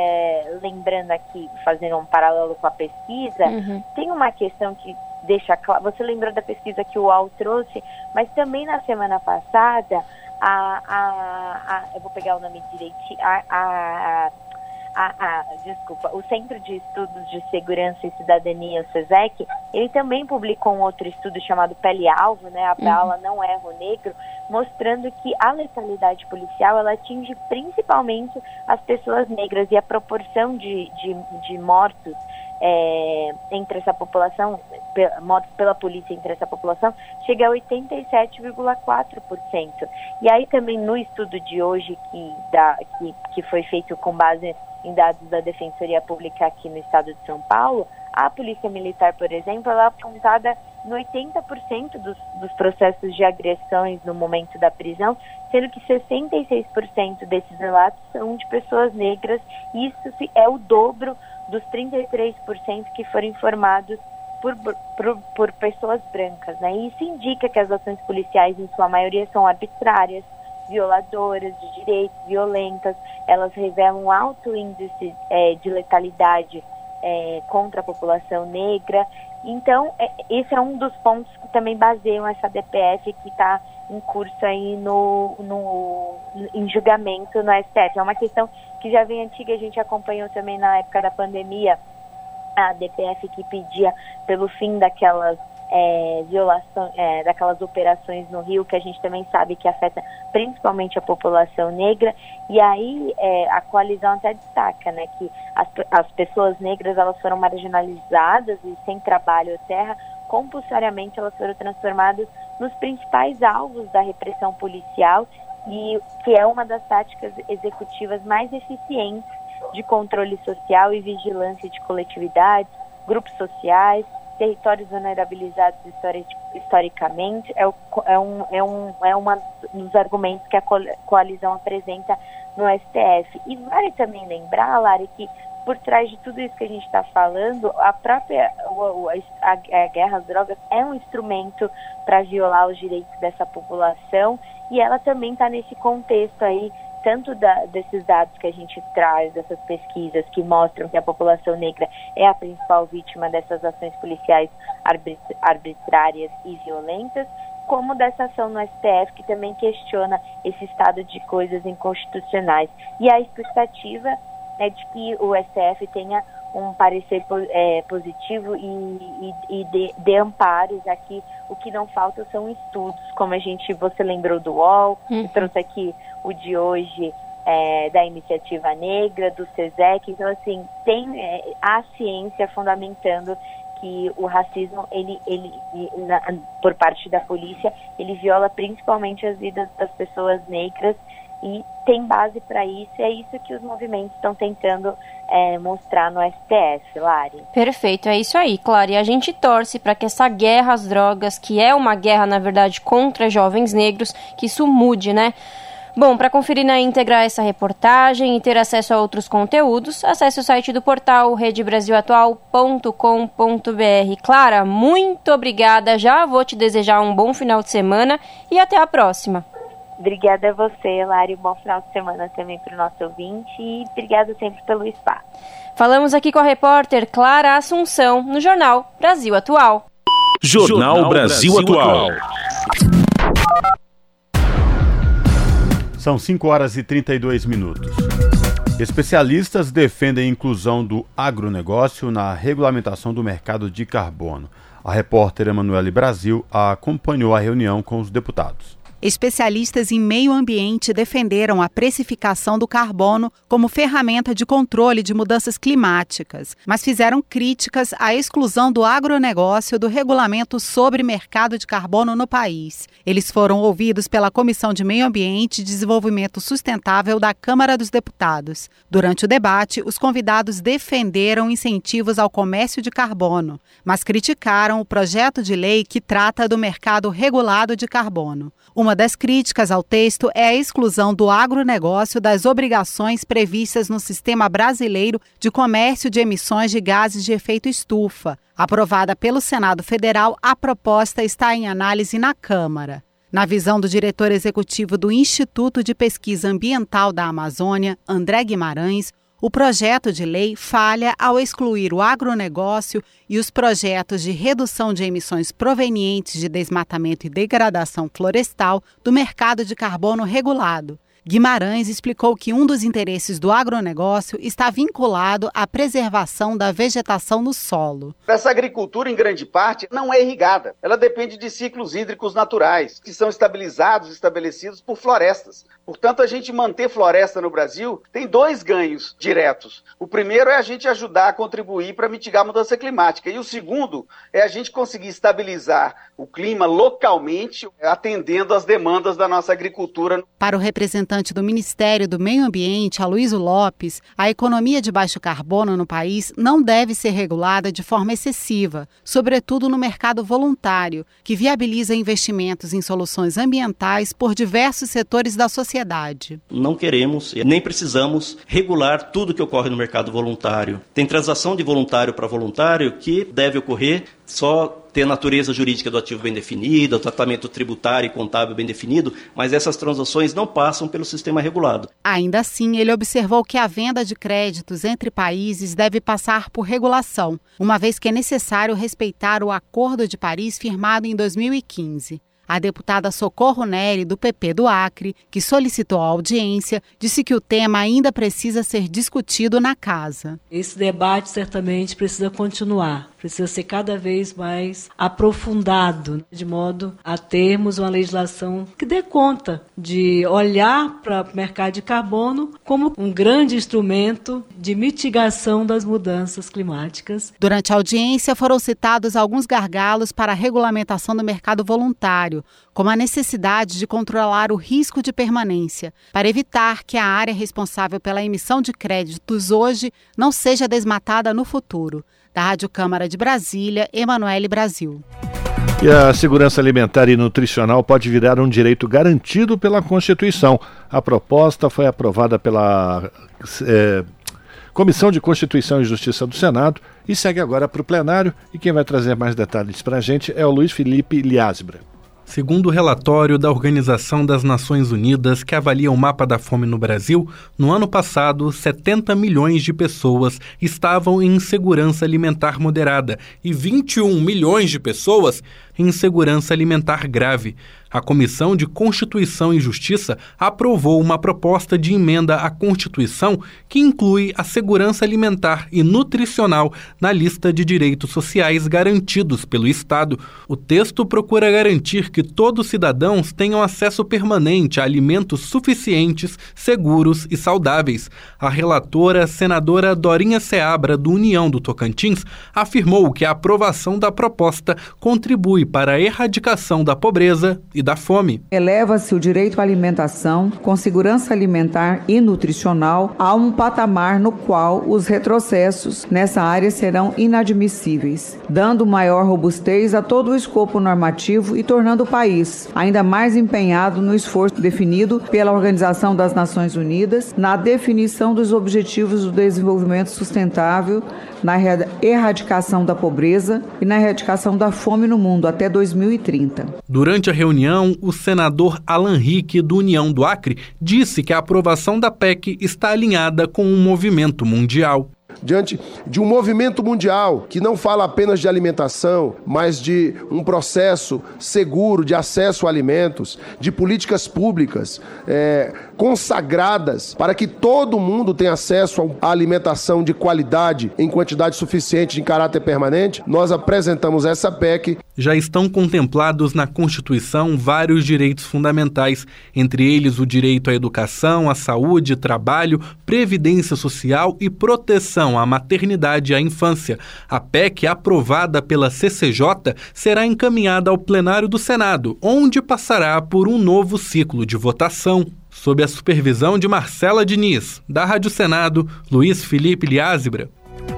é, lembrando aqui, fazendo um paralelo com a pesquisa, uhum. tem uma questão que deixa claro, você lembrou da pesquisa que o U O L trouxe, mas também na semana passada, a, a, a, eu vou pegar o nome direitinho, a, a, a, a, desculpa, o Centro de Estudos de Segurança e Cidadania, o SESEC, ele também publicou um outro estudo chamado Pele-Alvo, né, a bala uhum. não é erro negro, mostrando que a letalidade policial, ela atinge principalmente as pessoas negras, e a proporção de, de, de mortos É, entre essa população, mortos pela polícia entre essa população, chega a oitenta e sete vírgula quatro por cento. E aí também no estudo de hoje, que, dá, que, que foi feito com base em dados da Defensoria Pública aqui no estado de São Paulo, a Polícia Militar, por exemplo, ela é apontada no oitenta por cento dos, dos processos de agressões no momento da prisão, sendo que sessenta e seis por cento desses relatos são de pessoas negras, e isso é o dobro dos trinta e três por cento que foram informados por, por, por pessoas brancas, né? E isso indica que as ações policiais, em sua maioria, são arbitrárias, violadoras de direitos, violentas, elas revelam um alto índice é, de letalidade é, contra a população negra. Então, é, esse é um dos pontos que também baseiam essa D P F que está em curso aí no, no, em julgamento no S T F. É uma questão que já vem antiga, a gente acompanhou também na época da pandemia, a D P F que pedia pelo fim daquelas é, violações, é, daquelas operações no Rio, que a gente também sabe que afeta principalmente a população negra. E aí é, a coalizão até destaca, né, que as, as pessoas negras, elas foram marginalizadas e sem trabalho ou terra, compulsoriamente elas foram transformadas nos principais alvos da repressão policial, e que é uma das táticas executivas mais eficientes de controle social e vigilância de coletividades, grupos sociais, territórios vulnerabilizados historicamente. É, o, é, um, é, um, é uma dos argumentos que a coalizão apresenta no S T F. E vale também lembrar, Lari, que por trás de tudo isso que a gente está falando, a própria a, a guerra às drogas é um instrumento para violar os direitos dessa população, e ela também está nesse contexto aí, tanto da, desses dados que a gente traz, dessas pesquisas que mostram que a população negra é a principal vítima dessas ações policiais arbitrárias e violentas, como dessa ação no S T F, que também questiona esse estado de coisas inconstitucionais. E a expectativa é de que o S T F tenha um parecer é, positivo e, e, e de, de amparos. Aqui o que não falta são estudos, como a gente, você lembrou do U O L, uhum. trouxe aqui o de hoje é, da Iniciativa Negra, do SESEC. Então, assim, tem é, a ciência fundamentando que o racismo, ele, ele, na, por parte da polícia, ele viola principalmente as vidas das pessoas negras, e tem base para isso, e é isso que os movimentos estão tentando é, mostrar no S T F, Lari. Perfeito, é isso aí, Clara. E a gente torce para que essa guerra às drogas, que é uma guerra, na verdade, contra jovens negros, que isso mude, né? Bom, para conferir na íntegra essa reportagem e ter acesso a outros conteúdos, acesse o site do portal rede brasil atual ponto com ponto b r. Clara, muito obrigada. Já vou te desejar um bom final de semana e até a próxima. Obrigada a você, Lari. Um bom final de semana também para o nosso ouvinte, e obrigada sempre pelo espaço. Falamos aqui com a repórter Clara Assunção, no Jornal Brasil Atual. Jornal, Jornal Brasil, Brasil Atual. São cinco horas e trinta e dois minutos. Especialistas defendem a inclusão do agronegócio na regulamentação do mercado de carbono. A repórter Emanuele Brasil acompanhou a reunião com os deputados. Especialistas em meio ambiente defenderam a precificação do carbono como ferramenta de controle de mudanças climáticas, mas fizeram críticas à exclusão do agronegócio do regulamento sobre mercado de carbono no país. Eles foram ouvidos pela Comissão de Meio Ambiente e Desenvolvimento Sustentável da Câmara dos Deputados. Durante o debate, os convidados defenderam incentivos ao comércio de carbono, mas criticaram o projeto de lei que trata do mercado regulado de carbono. Uma das críticas ao texto é a exclusão do agronegócio das obrigações previstas no Sistema Brasileiro de Comércio de Emissões de Gases de Efeito Estufa. Aprovada pelo Senado Federal, a proposta está em análise na Câmara. Na visão do diretor executivo do Instituto de Pesquisa Ambiental da Amazônia, André Guimarães, o projeto de lei falha ao excluir o agronegócio e os projetos de redução de emissões provenientes de desmatamento e degradação florestal do mercado de carbono regulado. Guimarães explicou que um dos interesses do agronegócio está vinculado à preservação da vegetação no solo. Essa agricultura, em grande parte, não é irrigada. Ela depende de ciclos hídricos naturais, que são estabilizados, estabelecidos por florestas. Portanto, a gente manter floresta no Brasil tem dois ganhos diretos. O primeiro é a gente ajudar a contribuir para mitigar a mudança climática. E o segundo é a gente conseguir estabilizar o clima localmente, atendendo às demandas da nossa agricultura. Para o representante do Ministério do Meio Ambiente, Aloysio Lopes, a economia de baixo carbono no país não deve ser regulada de forma excessiva, sobretudo no mercado voluntário, que viabiliza investimentos em soluções ambientais por diversos setores da sociedade. Não queremos, nem precisamos regular tudo que ocorre no mercado voluntário. Tem transação de voluntário para voluntário que deve ocorrer só ter a natureza jurídica do ativo bem definida, o tratamento tributário e contábil bem definido, mas essas transações não passam pelo sistema regulado. Ainda assim, ele observou que a venda de créditos entre países deve passar por regulação, uma vez que é necessário respeitar o Acordo de Paris firmado em dois mil e quinze. A deputada Socorro Neri, do P P do Acre, que solicitou a audiência, disse que o tema ainda precisa ser discutido na casa. Esse debate certamente precisa continuar, precisa ser cada vez mais aprofundado, de modo a termos uma legislação que dê conta de olhar para o mercado de carbono como um grande instrumento de mitigação das mudanças climáticas. Durante a audiência foram citados alguns gargalos para a regulamentação do mercado voluntário, como a necessidade de controlar o risco de permanência, para evitar que a área responsável pela emissão de créditos hoje não seja desmatada no futuro. Da Rádio Câmara de Brasília, Emanuele Brasil. E a segurança alimentar e nutricional pode virar um direito garantido pela Constituição. A proposta foi aprovada pela é, Comissão de Constituição e Justiça do Senado e segue agora para o plenário. E quem vai trazer mais detalhes para a gente é o Luiz Felipe Liasbra. Segundo o relatório da Organização das Nações Unidas, que avalia o mapa da fome no Brasil, no ano passado, setenta milhões de pessoas estavam em insegurança alimentar moderada e vinte e um milhões de pessoas em insegurança alimentar grave. A Comissão de Constituição e Justiça aprovou uma proposta de emenda à Constituição que inclui a segurança alimentar e nutricional na lista de direitos sociais garantidos pelo Estado. O texto procura garantir que todos os cidadãos tenham acesso permanente a alimentos suficientes, seguros e saudáveis. A relatora, senadora Dorinha Seabra, do União do Tocantins, afirmou que a aprovação da proposta contribui para a erradicação da pobreza e da fome. Eleva-se o direito à alimentação com segurança alimentar e nutricional a um patamar no qual os retrocessos nessa área serão inadmissíveis, dando maior robustez a todo o escopo normativo e tornando o país ainda mais empenhado no esforço definido pela Organização das Nações Unidas na definição dos objetivos do desenvolvimento sustentável, na erradicação da pobreza e na erradicação da fome no mundo até dois mil e trinta. Durante a reunião, o senador Alan Rick, do União do Acre, disse que a aprovação da P E C está alinhada com um movimento mundial. Diante de um movimento mundial que não fala apenas de alimentação, mas de um processo seguro de acesso a alimentos, de políticas públicas é, consagradas para que todo mundo tenha acesso à alimentação de qualidade em quantidade suficiente, em caráter permanente, nós apresentamos essa P E C. Já estão contemplados na Constituição vários direitos fundamentais, entre eles o direito à educação, à saúde, trabalho, previdência social e proteção à maternidade e à infância. A P E C, aprovada pela C C J, será encaminhada ao plenário do Senado, onde passará por um novo ciclo de votação. Sob a supervisão de Marcela Diniz, da Rádio Senado, Luiz Felipe Liasbra.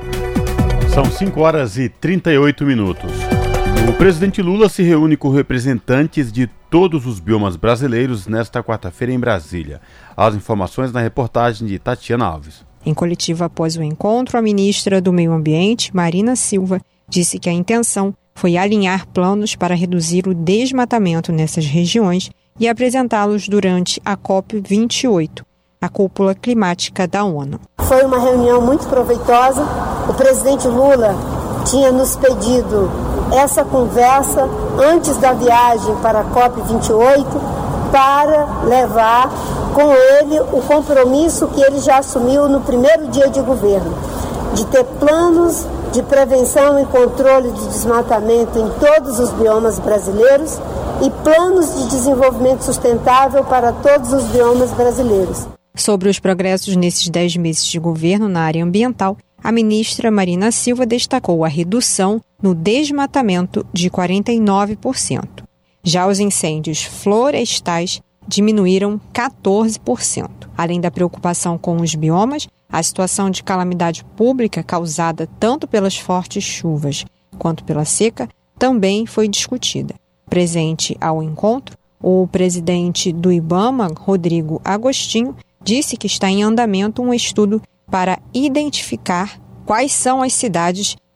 São cinco horas e trinta e oito minutos. O presidente Lula se reúne com representantes de todos os biomas brasileiros nesta quarta-feira em Brasília. As informações na reportagem de Tatiana Alves. Em coletiva após o encontro, a ministra do Meio Ambiente, Marina Silva, disse que a intenção foi alinhar planos para reduzir o desmatamento nessas regiões e apresentá-los durante a COP vinte e oito, a cúpula climática da ONU. Foi uma reunião muito proveitosa. O presidente Lula tinha nos pedido essa conversa antes da viagem para a COP vinte e oito para levar com ele o compromisso que ele já assumiu no primeiro dia de governo, de ter planos de prevenção e controle de desmatamento em todos os biomas brasileiros e planos de desenvolvimento sustentável para todos os biomas brasileiros. Sobre os progressos nesses dez meses de governo na área ambiental, a ministra Marina Silva destacou a redução no desmatamento de quarenta e nove por cento. Já os incêndios florestais diminuíram quatorze por cento. Além da preocupação com os biomas, a situação de calamidade pública causada tanto pelas fortes chuvas quanto pela seca também foi discutida. Presente ao encontro, o presidente do IBAMA, Rodrigo Agostinho, disse que está em andamento um estudo para identificar quais são as cidades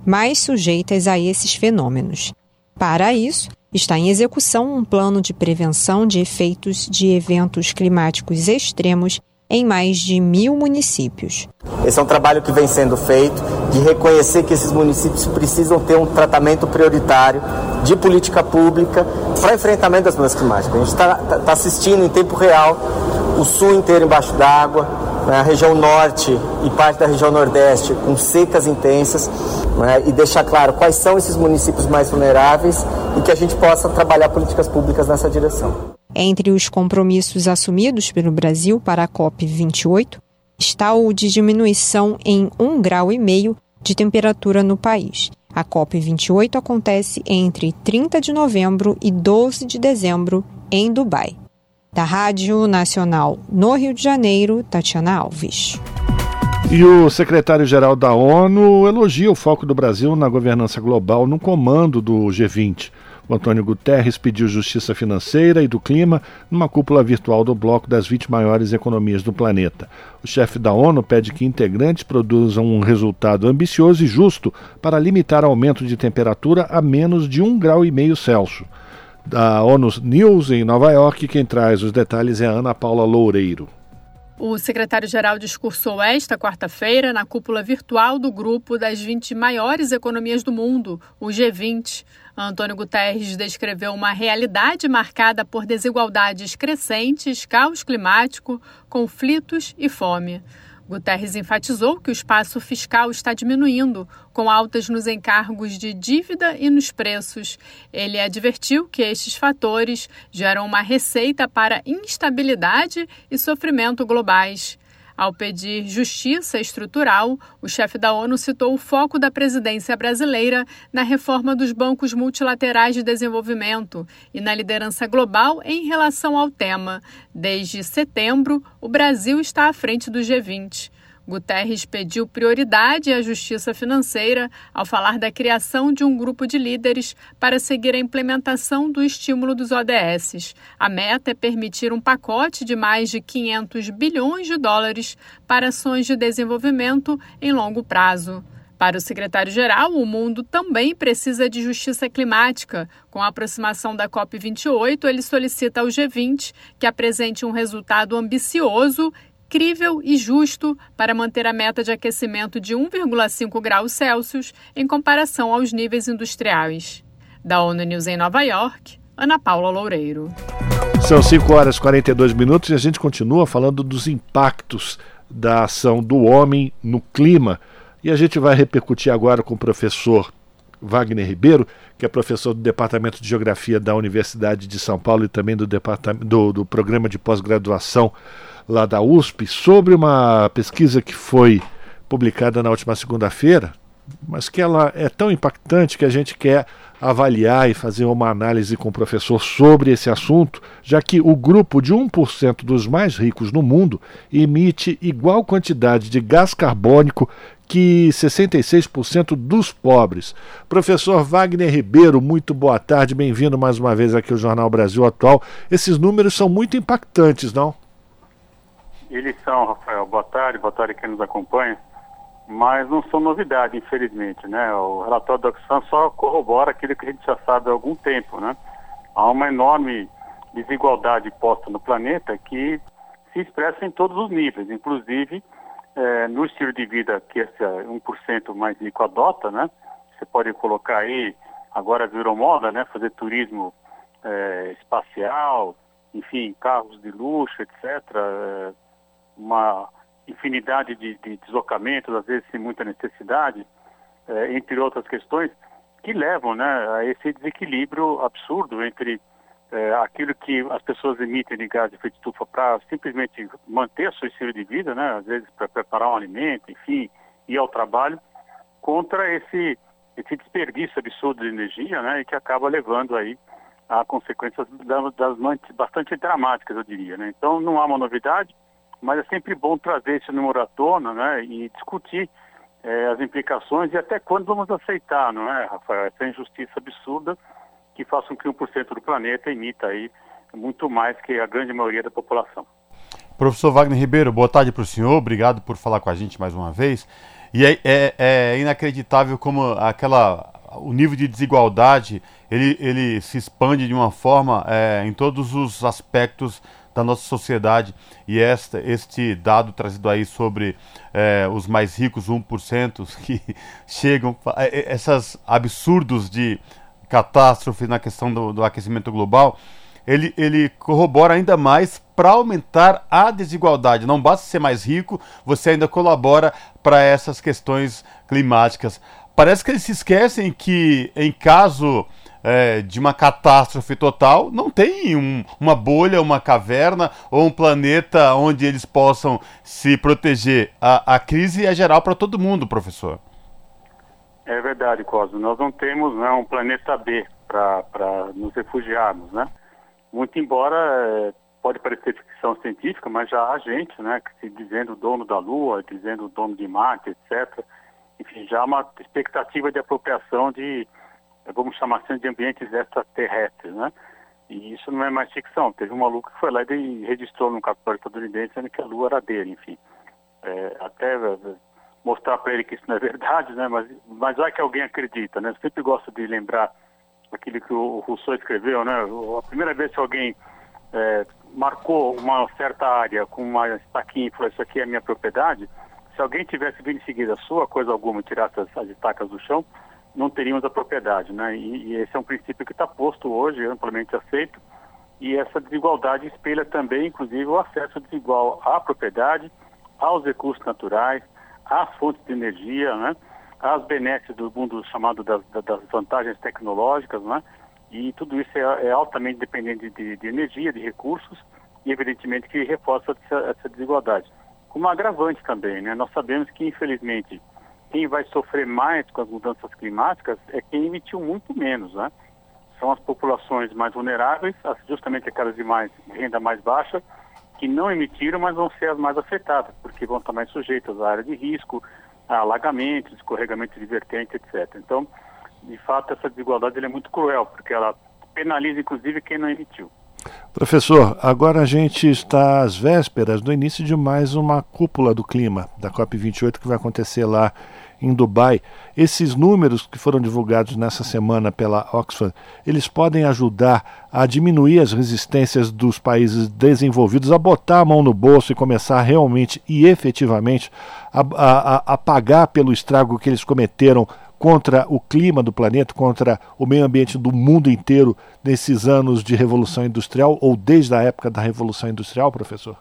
mais sujeitas a esses fenômenos. Para isso, está em execução um plano de prevenção de efeitos de eventos climáticos extremos em mais de mil municípios. Esse é um trabalho que vem sendo feito de reconhecer que esses municípios precisam ter um tratamento prioritário de política pública para enfrentamento das mudanças climáticas. A gente está tá assistindo em tempo real o sul inteiro embaixo d'água, né, a região norte e parte da região nordeste com secas intensas, né, e deixar claro quais são esses municípios mais vulneráveis e que a gente possa trabalhar políticas públicas nessa direção. Entre os compromissos assumidos pelo Brasil para a COP vinte e oito está o de diminuição em um grau e meio de temperatura no país. A COP vinte e oito acontece entre trinta de novembro e doze de dezembro em Dubai. Da Rádio Nacional no Rio de Janeiro, Tatiana Alves. E o secretário-geral da ONU elogia o foco do Brasil na governança global no comando do G vinte. O Antônio Guterres pediu justiça financeira e do clima numa cúpula virtual do bloco das vinte maiores economias do planeta. O chefe da ONU pede que integrantes produzam um resultado ambicioso e justo para limitar o aumento de temperatura a menos de um grau e meio Celsius. Da ONU News em Nova York, quem traz os detalhes é a Ana Paula Loureiro. O secretário-geral discursou esta quarta-feira na cúpula virtual do grupo das vinte maiores economias do mundo, o G vinte. Antônio Guterres descreveu uma realidade marcada por desigualdades crescentes, caos climático, conflitos e fome. Guterres enfatizou que o espaço fiscal está diminuindo, com altas nos encargos de dívida e nos preços. Ele advertiu que estes fatores geram uma receita para instabilidade e sofrimento globais. Ao pedir justiça estrutural, o chefe da ONU citou o foco da presidência brasileira na reforma dos bancos multilaterais de desenvolvimento e na liderança global em relação ao tema. Desde setembro, o Brasil está à frente do G vinte. Guterres pediu prioridade à justiça financeira ao falar da criação de um grupo de líderes para seguir a implementação do estímulo dos O D S. A meta é permitir um pacote de mais de quinhentos bilhões de dólares para ações de desenvolvimento em longo prazo. Para o secretário-geral, o mundo também precisa de justiça climática. Com a aproximação da COP vinte e oito, ele solicita ao G vinte que apresente um resultado ambicioso, crível e justo para manter a meta de aquecimento de um vírgula cinco graus Celsius em comparação aos níveis industriais. Da ONU News em Nova York, Ana Paula Loureiro. São cinco horas e quarenta e dois minutos e a gente continua falando dos impactos da ação do homem no clima. E a gente vai repercutir agora com o professor Wagner Ribeiro, que é professor do Departamento de Geografia da Universidade de São Paulo e também do, departamento, do, do programa de pós-graduação lá da U S P, sobre uma pesquisa que foi publicada na última segunda-feira, mas que ela é tão impactante que a gente quer avaliar e fazer uma análise com o professor sobre esse assunto, já que o grupo de um por cento dos mais ricos no mundo emite igual quantidade de gás carbônico que sessenta e seis por cento dos pobres. Professor Wagner Ribeiro, muito boa tarde, bem-vindo mais uma vez aqui ao Jornal Brasil Atual. Esses números são muito impactantes, não? Eles são, Rafael, boa tarde, boa tarde quem nos acompanha, mas não são novidade, infelizmente, né? O relatório da Oxfam só corrobora aquilo que a gente já sabe há algum tempo, né? Há uma enorme desigualdade posta no planeta que se expressa em todos os níveis, inclusive é, no estilo de vida que esse um por cento mais rico adota, né? Você pode colocar aí, agora virou moda, né? Fazer turismo é, espacial, enfim, carros de luxo, etcétera, é, uma infinidade de, de deslocamentos, às vezes sem muita necessidade, é, entre outras questões, que levam, né, a esse desequilíbrio absurdo entre é, aquilo que as pessoas emitem de gás de efeito estufa para simplesmente manter o seu estilo de vida, né, às vezes para preparar um alimento, enfim, ir ao trabalho, contra esse, esse desperdício absurdo de energia, né, e que acaba levando aí a consequências das, das bastante dramáticas, eu diria, né. Então não há uma novidade, mas é sempre bom trazer esse número à tona, né, e discutir é, as implicações e até quando vamos aceitar, não é, Rafael, essa injustiça absurda que faça com que um por cento do planeta emita aí muito mais que a grande maioria da população. Professor Wagner Ribeiro, boa tarde para o senhor, obrigado por falar com a gente mais uma vez. E é, é, é inacreditável como aquela, o nível de desigualdade ele, ele se expande de uma forma é, em todos os aspectos da nossa sociedade. E esta, este dado trazido aí sobre é, os mais ricos, um por cento, que chegam, é, esses absurdos de catástrofe na questão do, do aquecimento global, ele, ele corrobora ainda mais para aumentar a desigualdade. Não basta ser mais rico, você ainda colabora para essas questões climáticas. Parece que eles se esquecem que, em caso é, de uma catástrofe total, não tem um, uma bolha, uma caverna ou um planeta onde eles possam se proteger. A, a crise é geral para todo mundo, professor. É verdade, Cosmo. Nós não temos, né, um planeta B para nos refugiarmos, né? Muito embora é, pode parecer ficção científica, mas já há gente, né, que se dizendo dono da Lua, dizendo dono de Marte, etcétera. Enfim, já há uma expectativa de apropriação de, vamos chamar assim, de ambientes extraterrestres, né? E isso não é mais ficção. Teve um maluco que foi lá e registrou no Capitólio estadunidense dizendo que a Lua era dele, enfim. É, até mostrar para ele que isso não é verdade, né? Mas, mas vai que alguém acredita, né? Eu sempre gosto de lembrar aquilo que o Rousseau escreveu, né? A primeira vez que alguém é, marcou uma certa área com uma estaquinha e falou, isso aqui é a minha propriedade, se alguém tivesse vindo em seguida a sua coisa alguma e tirasse as, as estacas do chão, não teríamos a propriedade, né? E, e esse é um princípio que está posto hoje, amplamente aceito, e essa desigualdade espelha também, inclusive, o acesso desigual à propriedade, aos recursos naturais, às fontes de energia, né? Às benesses do mundo chamado das, das vantagens tecnológicas, né? E tudo isso é, é altamente dependente de, de energia, de recursos, e evidentemente que reforça essa, essa desigualdade. Como agravante também, né? Nós sabemos que, infelizmente, quem vai sofrer mais com as mudanças climáticas é quem emitiu muito menos, né? São as populações mais vulneráveis, justamente aquelas de mais, renda mais baixa, que não emitiram, mas vão ser as mais afetadas, porque vão estar mais sujeitas à área de risco, a alagamentos, escorregamento de vertente, etcétera. Então, de fato, essa desigualdade ela é muito cruel, porque ela penaliza, inclusive, quem não emitiu. Professor, agora a gente está às vésperas do início de mais uma cúpula do clima, da COP vinte e oito, que vai acontecer lá em Dubai. Esses números que foram divulgados nessa semana pela Oxfam, eles podem ajudar a diminuir as resistências dos países desenvolvidos a botar a mão no bolso e começar realmente e efetivamente a, a, a pagar pelo estrago que eles cometeram contra o clima do planeta, contra o meio ambiente do mundo inteiro nesses anos de Revolução Industrial, ou desde a época da Revolução Industrial, professor?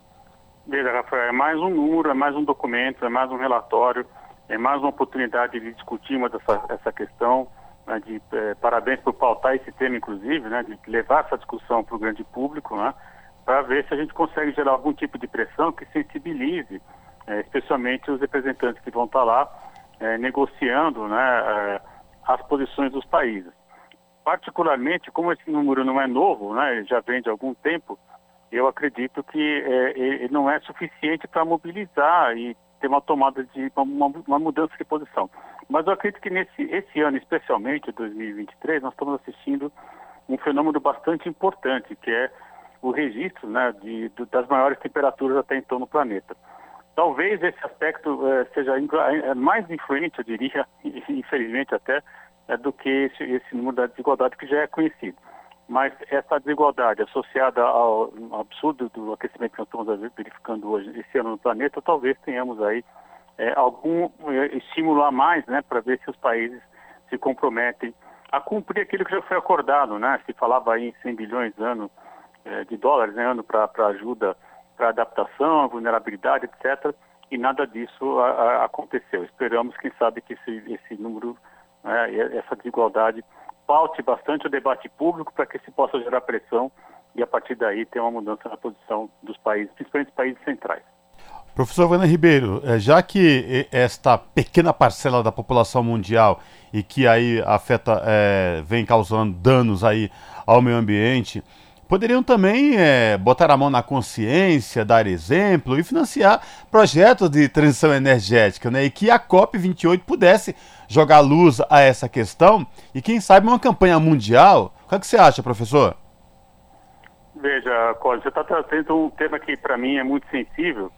Veja, Rafael, é mais um número, é mais um documento, é mais um relatório, é mais uma oportunidade de discutirmos essa, essa questão, né, de é, parabéns por pautar esse tema, inclusive, né, de levar essa discussão para o grande público, né, para ver se a gente consegue gerar algum tipo de pressão que sensibilize, é, especialmente os representantes que vão estar lá, É, negociando, né, é, as posições dos países. Particularmente, como esse número não é novo, né, já vem de algum tempo, eu acredito que é, ele não é suficiente para mobilizar e ter uma tomada de uma, uma mudança de posição. Mas eu acredito que nesse esse ano, especialmente dois mil e vinte e três, nós estamos assistindo um fenômeno bastante importante, que é o registro, né, de, de, das maiores temperaturas até então no planeta. Talvez esse aspecto eh, seja é, mais influente, eu diria, infelizmente até, é, do que esse, esse número da desigualdade que já é conhecido. Mas essa desigualdade associada ao absurdo do aquecimento que nós estamos verificando hoje, esse ano no planeta, talvez tenhamos aí é, algum é, estímulo a mais, né, para ver se os países se comprometem a cumprir aquilo que já foi acordado, né? Se falava aí em cem bilhões ano, é, de dólares, né, ano para ajuda para adaptação, vulnerabilidade, etcétera, e nada disso a, a, aconteceu. Esperamos, quem sabe, que esse, esse número, né, essa desigualdade, paute bastante o debate público para que se possa gerar pressão e, a partir daí, ter uma mudança na posição dos países, principalmente dos países centrais. Professor Wagner Ribeiro, já que esta pequena parcela da população mundial e que aí afeta, é, vem causando danos aí ao meio ambiente, poderiam também é, botar a mão na consciência, dar exemplo e financiar projetos de transição energética, né? E que a COP vinte e oito pudesse jogar luz a essa questão e, quem sabe, uma campanha mundial. O que, é que você acha, professor? Veja, Cláudio, você está trazendo um tema que, para mim, é muito sensível,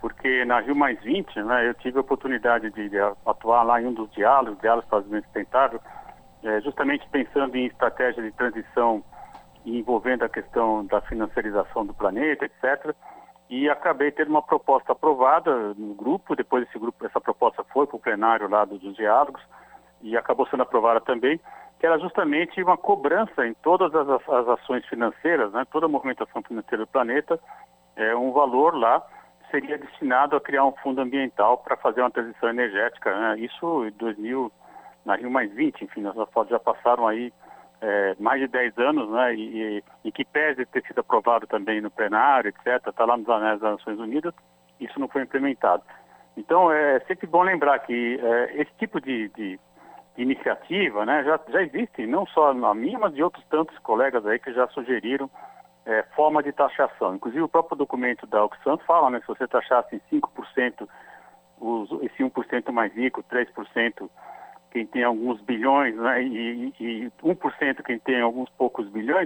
porque na Rio Mais vinte, né, eu tive a oportunidade de, de atuar lá em um dos diálogos, diálogos para o desenvolvimento sustentável, é, justamente pensando em estratégia de transição e envolvendo a questão da financiarização do planeta, etcétera. E acabei tendo uma proposta aprovada no grupo, depois esse grupo, essa proposta foi para o plenário lá dos, dos diálogos e acabou sendo aprovada também, que era justamente uma cobrança em todas as, as ações financeiras, né, toda a movimentação financeira do planeta, é, um valor lá seria destinado a criar um fundo ambiental para fazer uma transição energética, né? Isso em dois mil, na Rio Mais vinte, enfim, nós já passaram aí é, mais de dez anos, né? E, e, e que pese ter sido aprovado também no plenário, etcétera, está lá nos anéis das Nações Unidas, isso não foi implementado. Então, é sempre bom lembrar que é, esse tipo de, de, de iniciativa, né, já, já existe, não só a minha, mas de outros tantos colegas aí que já sugeriram É, forma de taxação. Inclusive o próprio documento da Oxfam fala, né, se você taxasse em cinco por cento os, esse um por cento mais rico, três por cento quem tem alguns bilhões, né, e, e um por cento quem tem alguns poucos bilhões,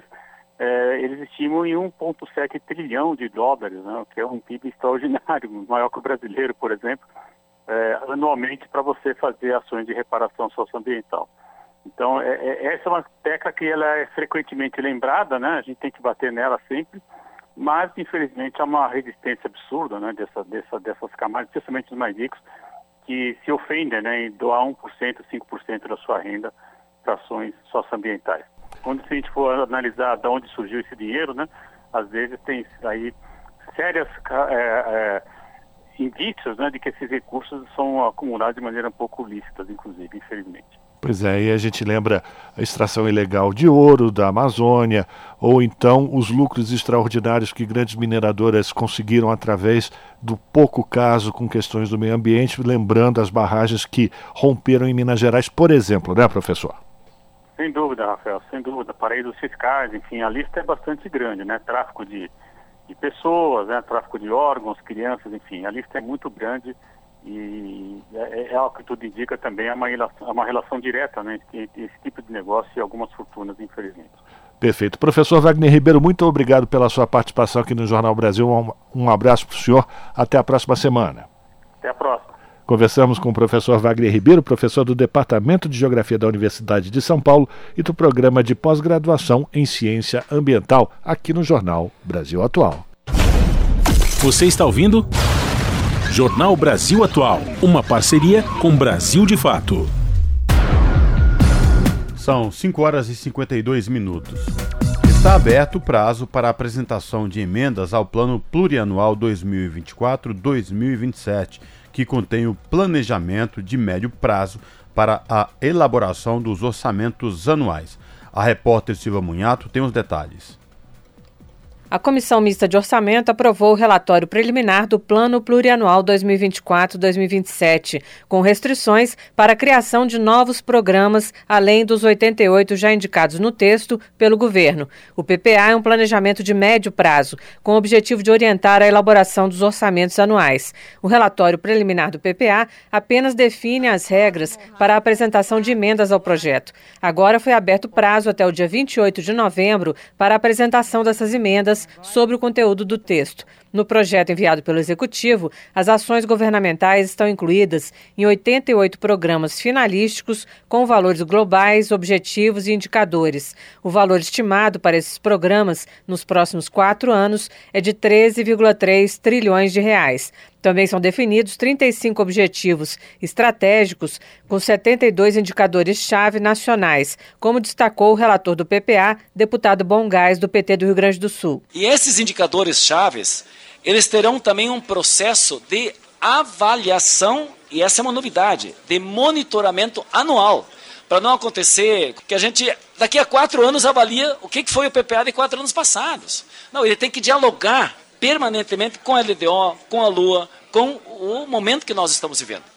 é, eles estimam em um vírgula sete trilhão de dólares, né, que é um P I B extraordinário, maior que o brasileiro, por exemplo, é, anualmente para você fazer ações de reparação socioambiental. Então, é, é, essa é uma tecla que ela é frequentemente lembrada, né? A gente tem que bater nela sempre, mas, infelizmente, há uma resistência absurda, né? Dessa, dessa, dessas camadas, especialmente os mais ricos, que se ofendem, né? Em doar um por cento, cinco por cento da sua renda para ações socioambientais. Quando se a gente for analisar de onde surgiu esse dinheiro, né? Às vezes tem aí sérias é, é, indícios, né? De que esses recursos são acumulados de maneira um pouco lícita, inclusive, infelizmente. Pois é, e a gente lembra a extração ilegal de ouro da Amazônia, ou então os lucros extraordinários que grandes mineradoras conseguiram através do pouco caso com questões do meio ambiente, lembrando as barragens que romperam em Minas Gerais, por exemplo, né, professor? Sem dúvida, Rafael, sem dúvida. Paraísos fiscais, enfim, a lista é bastante grande, né? Tráfico de, de pessoas, né? Tráfico de órgãos, crianças, enfim, a lista é muito grande. E é, é algo que tudo indica também, é uma relação, é uma relação direta, né, entre esse tipo de negócio e algumas fortunas, infelizmente. Perfeito. Professor Wagner Ribeiro, muito obrigado pela sua participação aqui no Jornal Brasil. Um, um abraço para o senhor. Até a próxima semana. Até a próxima. Conversamos com o professor Wagner Ribeiro, professor do Departamento de Geografia da Universidade de São Paulo e do Programa de Pós-Graduação em Ciência Ambiental, aqui no Jornal Brasil Atual. Você está ouvindo? Jornal Brasil Atual, uma parceria com Brasil de Fato. São cinco horas e cinquenta e dois minutos. Está aberto o prazo para a apresentação de emendas ao Plano Plurianual dois mil e vinte e quatro a dois mil e vinte e sete, que contém o planejamento de médio prazo para a elaboração dos orçamentos anuais. A repórter Silva Munhato tem os detalhes. A Comissão Mista de Orçamento aprovou o relatório preliminar do Plano Plurianual dois mil e vinte e quatro a dois mil e vinte e sete, com restrições para a criação de novos programas, além dos oitenta e oito já indicados no texto pelo governo. O P P A é um planejamento de médio prazo, com o objetivo de orientar a elaboração dos orçamentos anuais. O relatório preliminar do P P A apenas define as regras para a apresentação de emendas ao projeto. Agora foi aberto prazo até o dia vinte e oito de novembro para a apresentação dessas emendas sobre o conteúdo do texto. No projeto enviado pelo Executivo, as ações governamentais estão incluídas em oitenta e oito programas finalísticos com valores globais, objetivos e indicadores. O valor estimado para esses programas nos próximos quatro anos é de treze vírgula três trilhões de reais. Também são definidos trinta e cinco objetivos estratégicos com setenta e dois indicadores-chave nacionais, como destacou o relator do P P A, deputado Bongás, do P T do Rio Grande do Sul. E esses indicadores-chaves, eles terão também um processo de avaliação, e essa é uma novidade, de monitoramento anual, para não acontecer que a gente, daqui a quatro anos, avalia o que foi o P P A de quatro anos passados. Não, ele tem que dialogar permanentemente com a L D O, com a Lua, com o momento que nós estamos vivendo.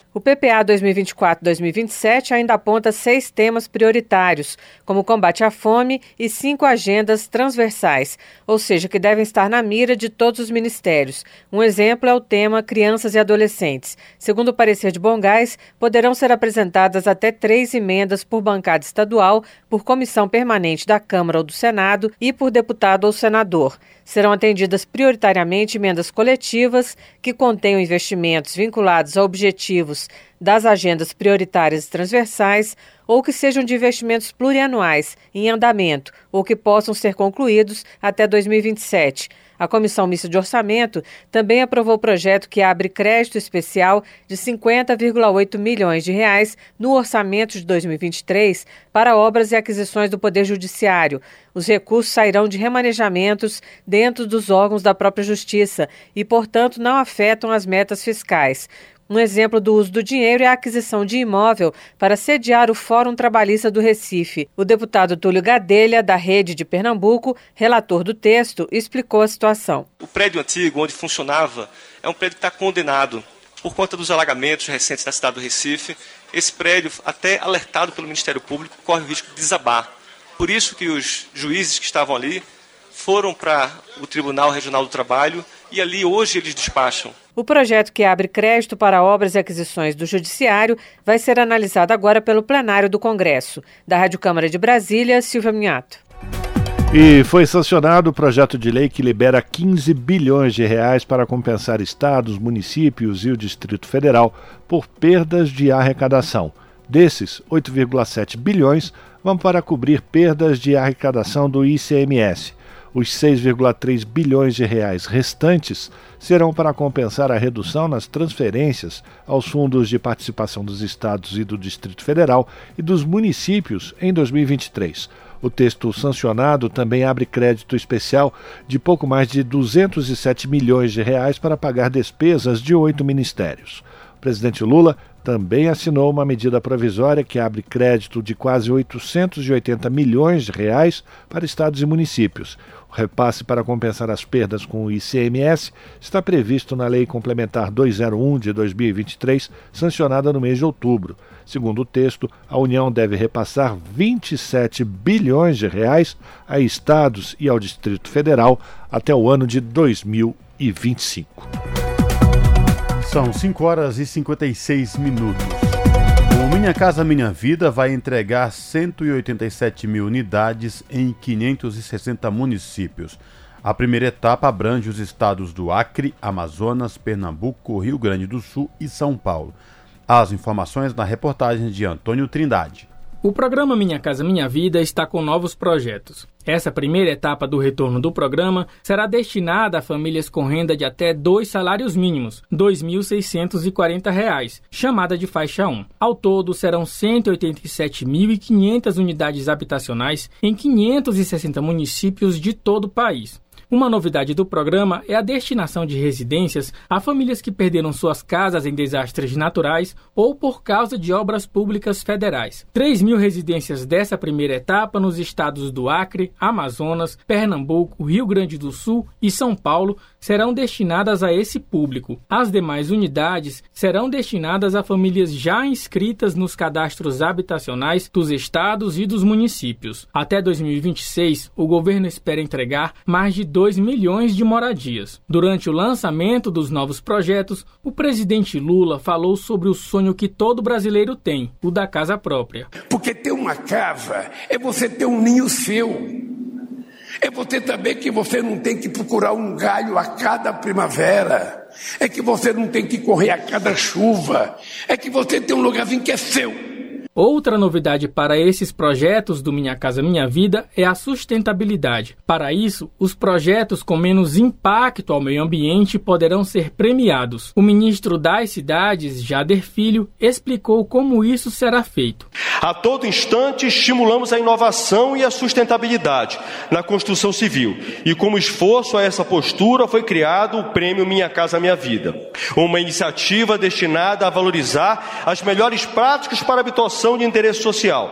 O P P A dois mil e vinte e quatro a dois mil e vinte e sete ainda aponta seis temas prioritários, como o combate à fome e cinco agendas transversais, ou seja, que devem estar na mira de todos os ministérios. Um exemplo é o tema crianças e adolescentes. Segundo o parecer de Bongás, poderão ser apresentadas até três emendas por bancada estadual, por comissão permanente da Câmara ou do Senado e por deputado ou senador. Serão atendidas prioritariamente emendas coletivas que contenham investimentos vinculados a objetivos das agendas prioritárias e transversais ou que sejam de investimentos plurianuais em andamento ou que possam ser concluídos até dois mil e vinte e sete. A Comissão Mista de Orçamento também aprovou o projeto que abre crédito especial de cinquenta vírgula oito milhões de reais no orçamento de dois mil e vinte e três para obras e aquisições do Poder Judiciário. Os recursos sairão de remanejamentos dentro dos órgãos da própria Justiça e, portanto, não afetam as metas fiscais. Um exemplo do uso do dinheiro é a aquisição de imóvel para sediar o Fórum Trabalhista do Recife. O deputado Túlio Gadelha, da Rede de Pernambuco, relator do texto, explicou a situação. O prédio antigo, onde funcionava, é um prédio que está condenado por conta dos alagamentos recentes na cidade do Recife. Esse prédio, até alertado pelo Ministério Público, corre o risco de desabar. Por isso que os juízes que estavam ali foram para o Tribunal Regional do Trabalho e ali hoje eles despacham. O projeto que abre crédito para obras e aquisições do Judiciário vai ser analisado agora pelo plenário do Congresso. Da Rádio Câmara de Brasília, Silvia Minhato. E foi sancionado o projeto de lei que libera quinze bilhões de reais para compensar estados, municípios e o Distrito Federal por perdas de arrecadação. Desses, oito vírgula sete bilhões vão para cobrir perdas de arrecadação do I C M S. Os seis vírgula três bilhões de reais restantes serão para compensar a redução nas transferências aos fundos de participação dos estados e do Distrito Federal e dos municípios em dois mil e vinte e três. O texto sancionado também abre crédito especial de pouco mais de duzentos e sete milhões de reais para pagar despesas de oito ministérios. O presidente Lula também assinou uma medida provisória que abre crédito de quase oitocentos e oitenta milhões de reais para estados e municípios. O repasse para compensar as perdas com o I C M S está previsto na Lei Complementar duzentos e um de dois mil e vinte e três, sancionada no mês de outubro. Segundo o texto, a União deve repassar vinte e sete bilhões de reais a estados e ao Distrito Federal até o ano de dois mil e vinte e cinco. São cinco horas e cinquenta e seis minutos. O Minha Casa Minha Vida vai entregar cento e oitenta e sete mil unidades em quinhentos e sessenta municípios. A primeira etapa abrange os estados do Acre, Amazonas, Pernambuco, Rio Grande do Sul e São Paulo. As informações na reportagem de Antônio Trindade. O programa Minha Casa Minha Vida está com novos projetos. Essa primeira etapa do retorno do programa será destinada a famílias com renda de até dois salários mínimos, dois mil seiscentos e quarenta reais, chamada de faixa um. Ao todo, serão cento e oitenta e sete mil e quinhentas unidades habitacionais em quinhentos e sessenta municípios de todo o país. Uma novidade do programa é a destinação de residências a famílias que perderam suas casas em desastres naturais ou por causa de obras públicas federais. três mil residências dessa primeira etapa nos estados do Acre, Amazonas, Pernambuco, Rio Grande do Sul e São Paulo serão destinadas a esse público. As demais unidades serão destinadas a famílias já inscritas nos cadastros habitacionais dos estados e dos municípios. Até dois mil e vinte e seis, o governo espera entregar mais de dois milhões de moradias. Durante o lançamento dos novos projetos, o presidente Lula falou sobre o sonho que todo brasileiro tem, o da casa própria. Porque ter uma casa é você ter um ninho seu. É você saber que você não tem que procurar um galho a cada primavera. É que você não tem que correr a cada chuva. É que você tem um lugarzinho que é seu. Outra novidade para esses projetos do Minha Casa Minha Vida é a sustentabilidade. Para isso, os projetos com menos impacto ao meio ambiente poderão ser premiados. O ministro das Cidades, Jader Filho, explicou como isso será feito. A todo instante, estimulamos a inovação e a sustentabilidade na construção civil. E como esforço a essa postura, foi criado o Prêmio Minha Casa Minha Vida, uma iniciativa destinada a valorizar as melhores práticas para a habitação de interesse social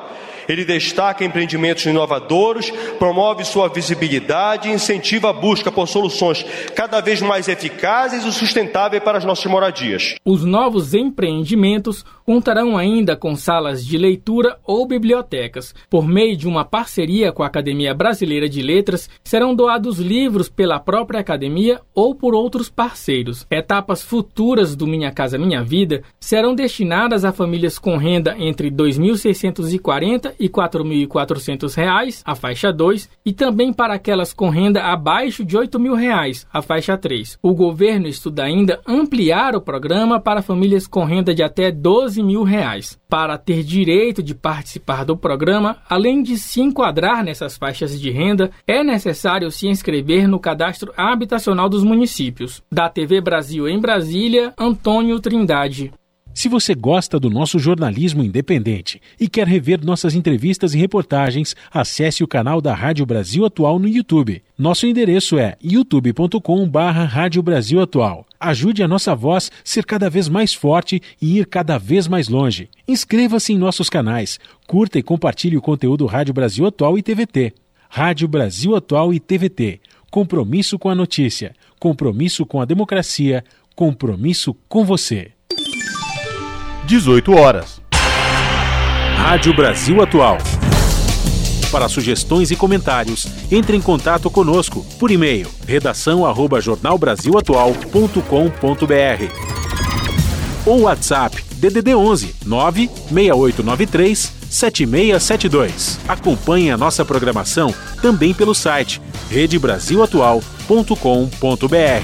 Ele destaca empreendimentos inovadores, promove sua visibilidade e incentiva a busca por soluções cada vez mais eficazes e sustentáveis para as nossas moradias. Os novos empreendimentos contarão ainda com salas de leitura ou bibliotecas. Por meio de uma parceria com a Academia Brasileira de Letras, serão doados livros pela própria academia ou por outros parceiros. Etapas futuras do Minha Casa Minha Vida serão destinadas a famílias com renda entre dois mil seiscentos e quarenta e quatro mil e quatrocentos reais, a faixa dois, e também para aquelas com renda abaixo de oito mil reais, a faixa três. O governo estuda ainda ampliar o programa para famílias com renda de até doze mil reais. Para ter direito de participar do programa, além de se enquadrar nessas faixas de renda, é necessário se inscrever no cadastro habitacional dos municípios. Da T V Brasil em Brasília, Antônio Trindade. Se você gosta do nosso jornalismo independente e quer rever nossas entrevistas e reportagens, acesse o canal da Rádio Brasil Atual no YouTube. Nosso endereço é youtube ponto com barra Rádio Brasil Atual. Ajude a nossa voz ser cada vez mais forte e ir cada vez mais longe. Inscreva-se em nossos canais, curta e compartilhe o conteúdo Rádio Brasil Atual e T V T. Rádio Brasil Atual e T V T. Compromisso com a notícia, compromisso com a democracia, compromisso com você. dezoito horas. Rádio Brasil Atual. Para sugestões e comentários, entre em contato conosco por e-mail redação arroba jornal brasil atual ponto com ponto br ou WhatsApp D D D onze nove seis oito nove três sete seis sete dois. Acompanhe a nossa programação também pelo site rede brasil atual ponto com ponto br.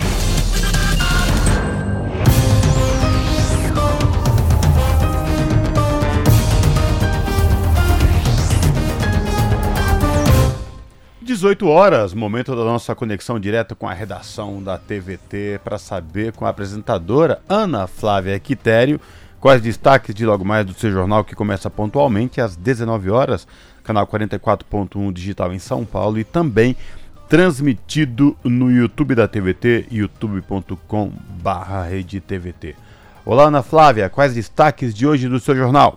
dezoito horas, momento da nossa conexão direta com a redação da T V T para saber com a apresentadora Ana Flávia Quitério quais destaques de logo mais do seu jornal, que começa pontualmente às dezenove horas, canal quarenta e quatro ponto um digital em São Paulo e também transmitido no YouTube da T V T, youtube ponto com barra rede T V T. Olá, Ana Flávia, quais destaques de hoje do seu jornal?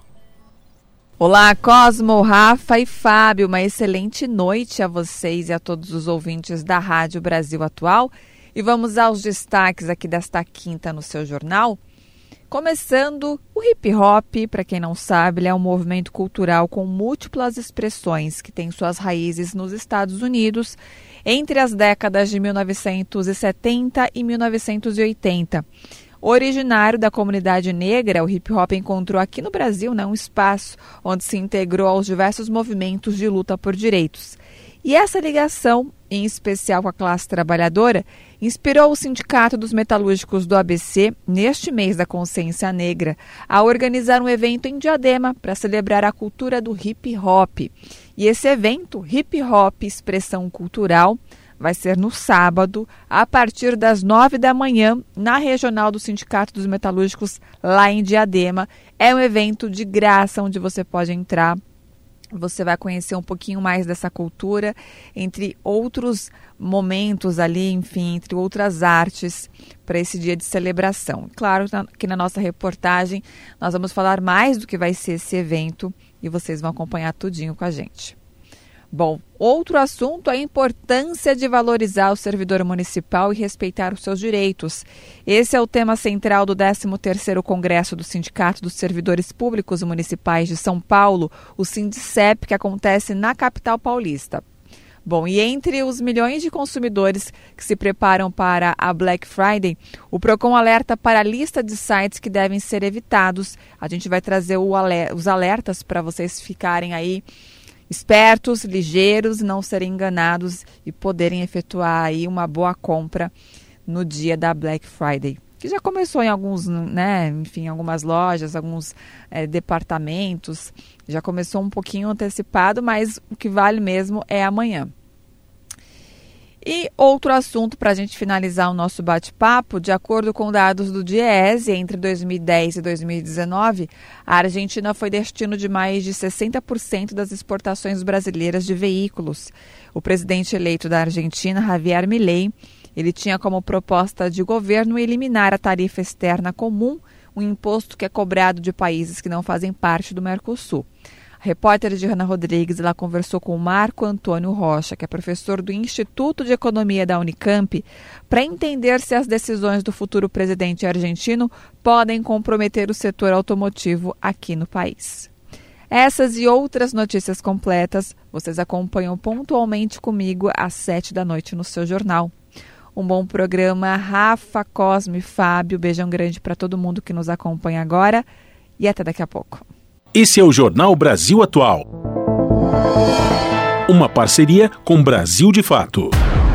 Olá, Cosmo, Rafa e Fábio, uma excelente noite a vocês e a todos os ouvintes da Rádio Brasil Atual. E vamos aos destaques aqui desta quinta no seu jornal. Começando, o hip hop, para quem não sabe, ele é um movimento cultural com múltiplas expressões que tem suas raízes nos Estados Unidos entre as décadas de mil novecentos e setenta e mil novecentos e oitenta. Originário da comunidade negra, o hip-hop encontrou aqui no Brasil, né, um espaço onde se integrou aos diversos movimentos de luta por direitos. E essa ligação, em especial com a classe trabalhadora, inspirou o Sindicato dos Metalúrgicos do A B C, neste mês da consciência negra, a organizar um evento em Diadema para celebrar a cultura do hip-hop. E esse evento, hip-hop Expressão Cultural, vai ser no sábado, a partir das nove da manhã, na Regional do Sindicato dos Metalúrgicos, lá em Diadema. É um evento de graça, onde você pode entrar. Você vai conhecer um pouquinho mais dessa cultura, entre outros momentos ali, enfim, entre outras artes, para esse dia de celebração. Claro que na nossa reportagem nós vamos falar mais do que vai ser esse evento e vocês vão acompanhar tudinho com a gente. Bom, outro assunto é a importância de valorizar o servidor municipal e respeitar os seus direitos. Esse é o tema central do décimo terceiro Congresso do Sindicato dos Servidores Públicos Municipais de São Paulo, o Sindicep, que acontece na capital paulista. Bom, e entre os milhões de consumidores que se preparam para a Black Friday, o Procon alerta para a lista de sites que devem ser evitados. A gente vai trazer o aler- os alertas para vocês ficarem aí espertos, ligeiros, não serem enganados e poderem efetuar aí uma boa compra no dia da Black Friday, que já começou em alguns, né, enfim, algumas lojas, alguns é, departamentos, já começou um pouquinho antecipado, mas o que vale mesmo é amanhã. E outro assunto para a gente finalizar o nosso bate-papo, de acordo com dados do DIEESE, entre dois mil e dez e dois mil e dezenove, a Argentina foi destino de mais de sessenta por cento das exportações brasileiras de veículos. O presidente eleito da Argentina, Javier Milei, ele tinha como proposta de governo eliminar a tarifa externa comum, um imposto que é cobrado de países que não fazem parte do Mercosul. A repórter Diana Rodrigues, ela conversou com o Marco Antônio Rocha, que é professor do Instituto de Economia da Unicamp, para entender se as decisões do futuro presidente argentino podem comprometer o setor automotivo aqui no país. Essas e outras notícias completas vocês acompanham pontualmente comigo às sete da noite no seu jornal. Um bom programa, Rafa, Cosme, Fábio. Beijão grande para todo mundo que nos acompanha agora e até daqui a pouco. Esse é o Jornal Brasil Atual. Uma parceria com Brasil de Fato.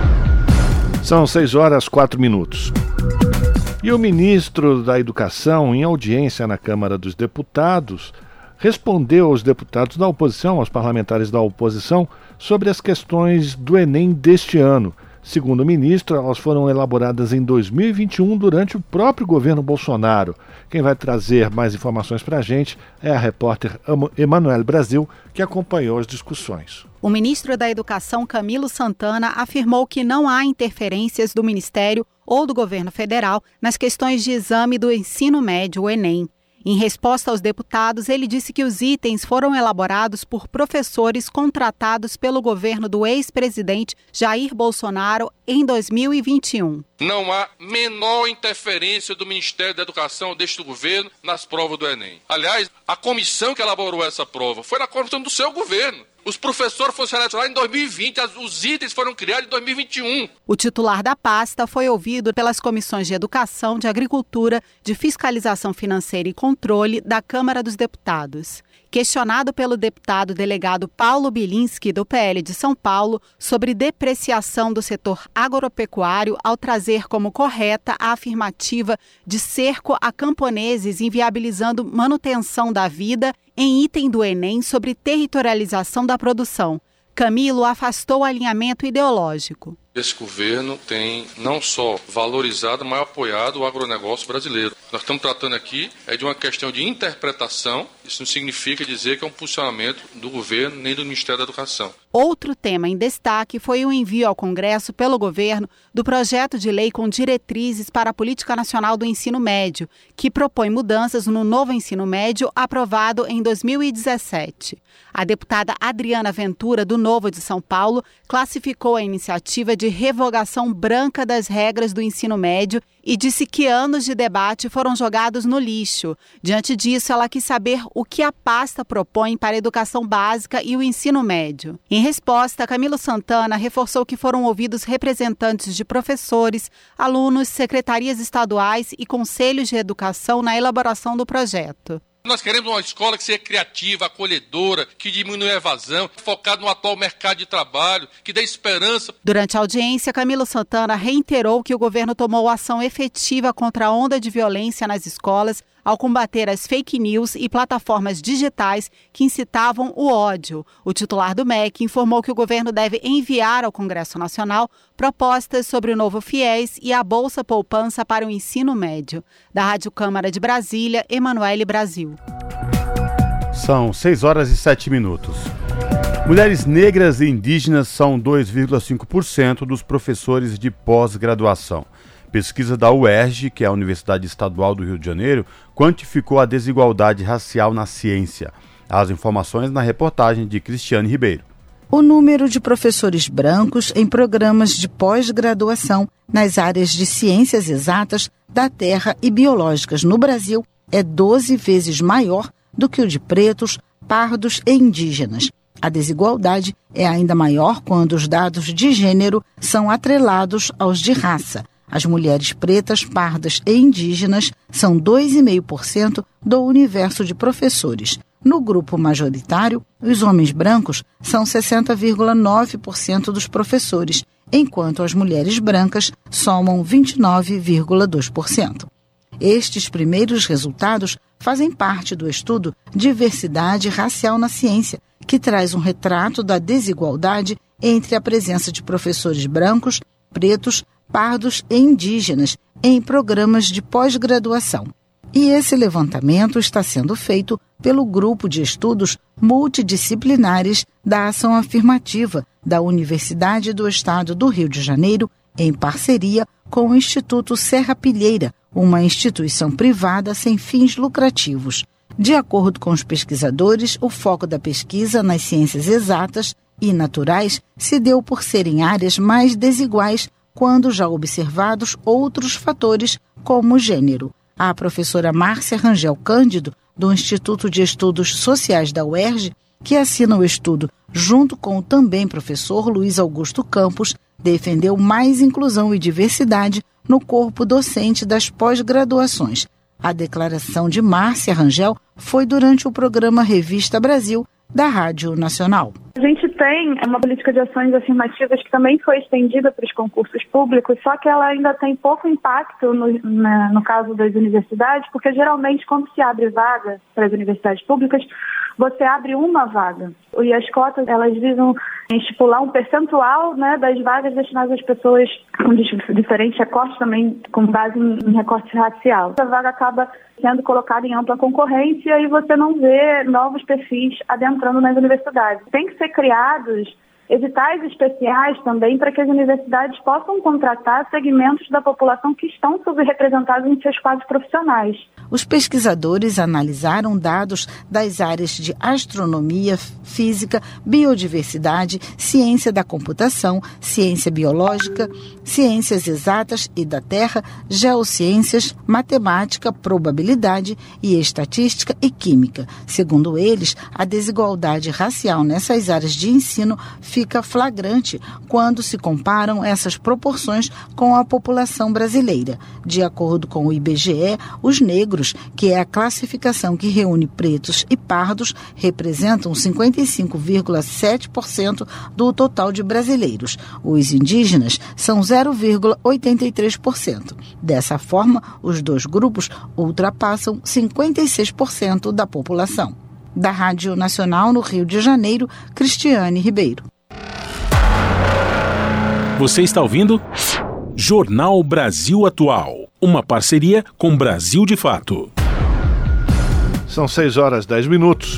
São seis horas e quatro minutos. E o ministro da Educação, em audiência na Câmara dos Deputados, respondeu aos deputados da oposição, aos parlamentares da oposição, sobre as questões do Enem deste ano. Segundo o ministro, elas foram elaboradas em dois mil e vinte e um durante o próprio governo Bolsonaro. Quem vai trazer mais informações para a gente é a repórter Emanuele Brasil, que acompanhou as discussões. O ministro da Educação, Camilo Santana, afirmou que não há interferências do Ministério ou do governo federal nas questões de exame do ensino médio, o Enem. Em resposta aos deputados, ele disse que os itens foram elaborados por professores contratados pelo governo do ex-presidente Jair Bolsonaro em dois mil e vinte e um. Não há menor interferência do Ministério da Educação deste governo nas provas do Enem. Aliás, a comissão que elaborou essa prova foi na comissão do seu governo. Os professores foram selecionados em dois mil e vinte, os itens foram criados em dois mil e vinte e um. O titular da pasta foi ouvido pelas comissões de Educação, de Agricultura, de Fiscalização Financeira e Controle da Câmara dos Deputados. Questionado pelo deputado delegado Paulo Bilinski, do P L de São Paulo, sobre depreciação do setor agropecuário ao trazer como correta a afirmativa de cerco a camponeses inviabilizando manutenção da vida em item do Enem sobre territorialização da produção. Camilo afastou o alinhamento ideológico. Esse governo tem não só valorizado, mas apoiado o agronegócio brasileiro. Nós estamos tratando aqui é de uma questão de interpretação. Isso não significa dizer que é um posicionamento do governo nem do Ministério da Educação. Outro tema em destaque foi o envio ao Congresso pelo governo do projeto de lei com diretrizes para a Política Nacional do Ensino Médio, que propõe mudanças no novo ensino médio aprovado em dois mil e dezessete. A deputada Adriana Ventura, do Novo de São Paulo, classificou a iniciativa de revogação branca das regras do ensino médio e disse que anos de debate foram jogados no lixo. Diante disso, ela quis saber o que a pasta propõe para a educação básica e o ensino médio. Em resposta, Camilo Santana reforçou que foram ouvidos representantes de professores, alunos, secretarias estaduais e conselhos de educação na elaboração do projeto. Nós queremos uma escola que seja criativa, acolhedora, que diminua a evasão, focada no atual mercado de trabalho, que dê esperança. Durante a audiência, Camilo Santana reiterou que o governo tomou ação efetiva contra a onda de violência nas escolas ao combater as fake news e plataformas digitais que incitavam o ódio. O titular do M E C informou que o governo deve enviar ao Congresso Nacional propostas sobre o novo FIES e a Bolsa Poupança para o ensino médio. Da Rádio Câmara de Brasília, Emanuele Brasil. São seis horas e sete minutos. Mulheres negras e indígenas são dois vírgula cinco por cento dos professores de pós-graduação. Pesquisa da U E R J, que é a Universidade Estadual do Rio de Janeiro, quantificou a desigualdade racial na ciência. As informações na reportagem de Cristiane Ribeiro. O número de professores brancos em programas de pós-graduação nas áreas de ciências exatas, da terra e biológicas no Brasil é doze vezes maior do que o de pretos, pardos e indígenas. A desigualdade é ainda maior quando os dados de gênero são atrelados aos de raça. As mulheres pretas, pardas e indígenas são dois vírgula cinco por cento do universo de professores. No grupo majoritário, os homens brancos são sessenta vírgula nove por cento dos professores, enquanto as mulheres brancas somam vinte e nove vírgula dois por cento. Estes primeiros resultados fazem parte do estudo Diversidade Racial na Ciência, que traz um retrato da desigualdade entre a presença de professores brancos, pretos, pardos e indígenas em programas de pós-graduação. E esse levantamento está sendo feito pelo Grupo de Estudos Multidisciplinares da Ação Afirmativa da Universidade do Estado do Rio de Janeiro, em parceria com o Instituto Serra Pilheira, uma instituição privada sem fins lucrativos. De acordo com os pesquisadores, o foco da pesquisa nas ciências exatas e naturais se deu por serem áreas mais desiguais quando já observados outros fatores como o gênero. A professora Márcia Rangel Cândido, do Instituto de Estudos Sociais da U E R J, que assina o estudo junto com o também professor Luiz Augusto Campos, defendeu mais inclusão e diversidade no corpo docente das pós-graduações. A declaração de Márcia Rangel foi durante o programa Revista Brasil, da Rádio Nacional. A gente tem uma política de ações afirmativas que também foi estendida para os concursos públicos, só que ela ainda tem pouco impacto no, na, no caso das universidades, porque geralmente quando se abre vaga para as universidades públicas, você abre uma vaga. E as cotas, elas visam estipular um percentual, né, das vagas destinadas às pessoas com diferente recorte, também com base em recorte racial. Essa vaga acaba sendo colocada em ampla concorrência e você não vê novos perfis adentrando nas universidades. Tem que ser criados editais especiais também para que as universidades possam contratar segmentos da população que estão subrepresentados em seus quadros profissionais. Os pesquisadores analisaram dados das áreas de astronomia, física, biodiversidade, ciência da computação, ciência biológica, ciências exatas e da terra, geociências, matemática, probabilidade e estatística e química. Segundo eles, a desigualdade racial nessas áreas de ensino fica flagrante quando se comparam essas proporções com a população brasileira. De acordo com o I B G E, os negros, que é a classificação que reúne pretos e pardos, representam cinquenta e cinco vírgula sete por cento do total de brasileiros. Os indígenas são zero vírgula oitenta e três por cento. Dessa forma, os dois grupos ultrapassam cinquenta e seis por cento da população. Da Rádio Nacional no Rio de Janeiro, Cristiane Ribeiro. Você está ouvindo Jornal Brasil Atual, uma parceria com Brasil de Fato. São seis horas e dez minutos.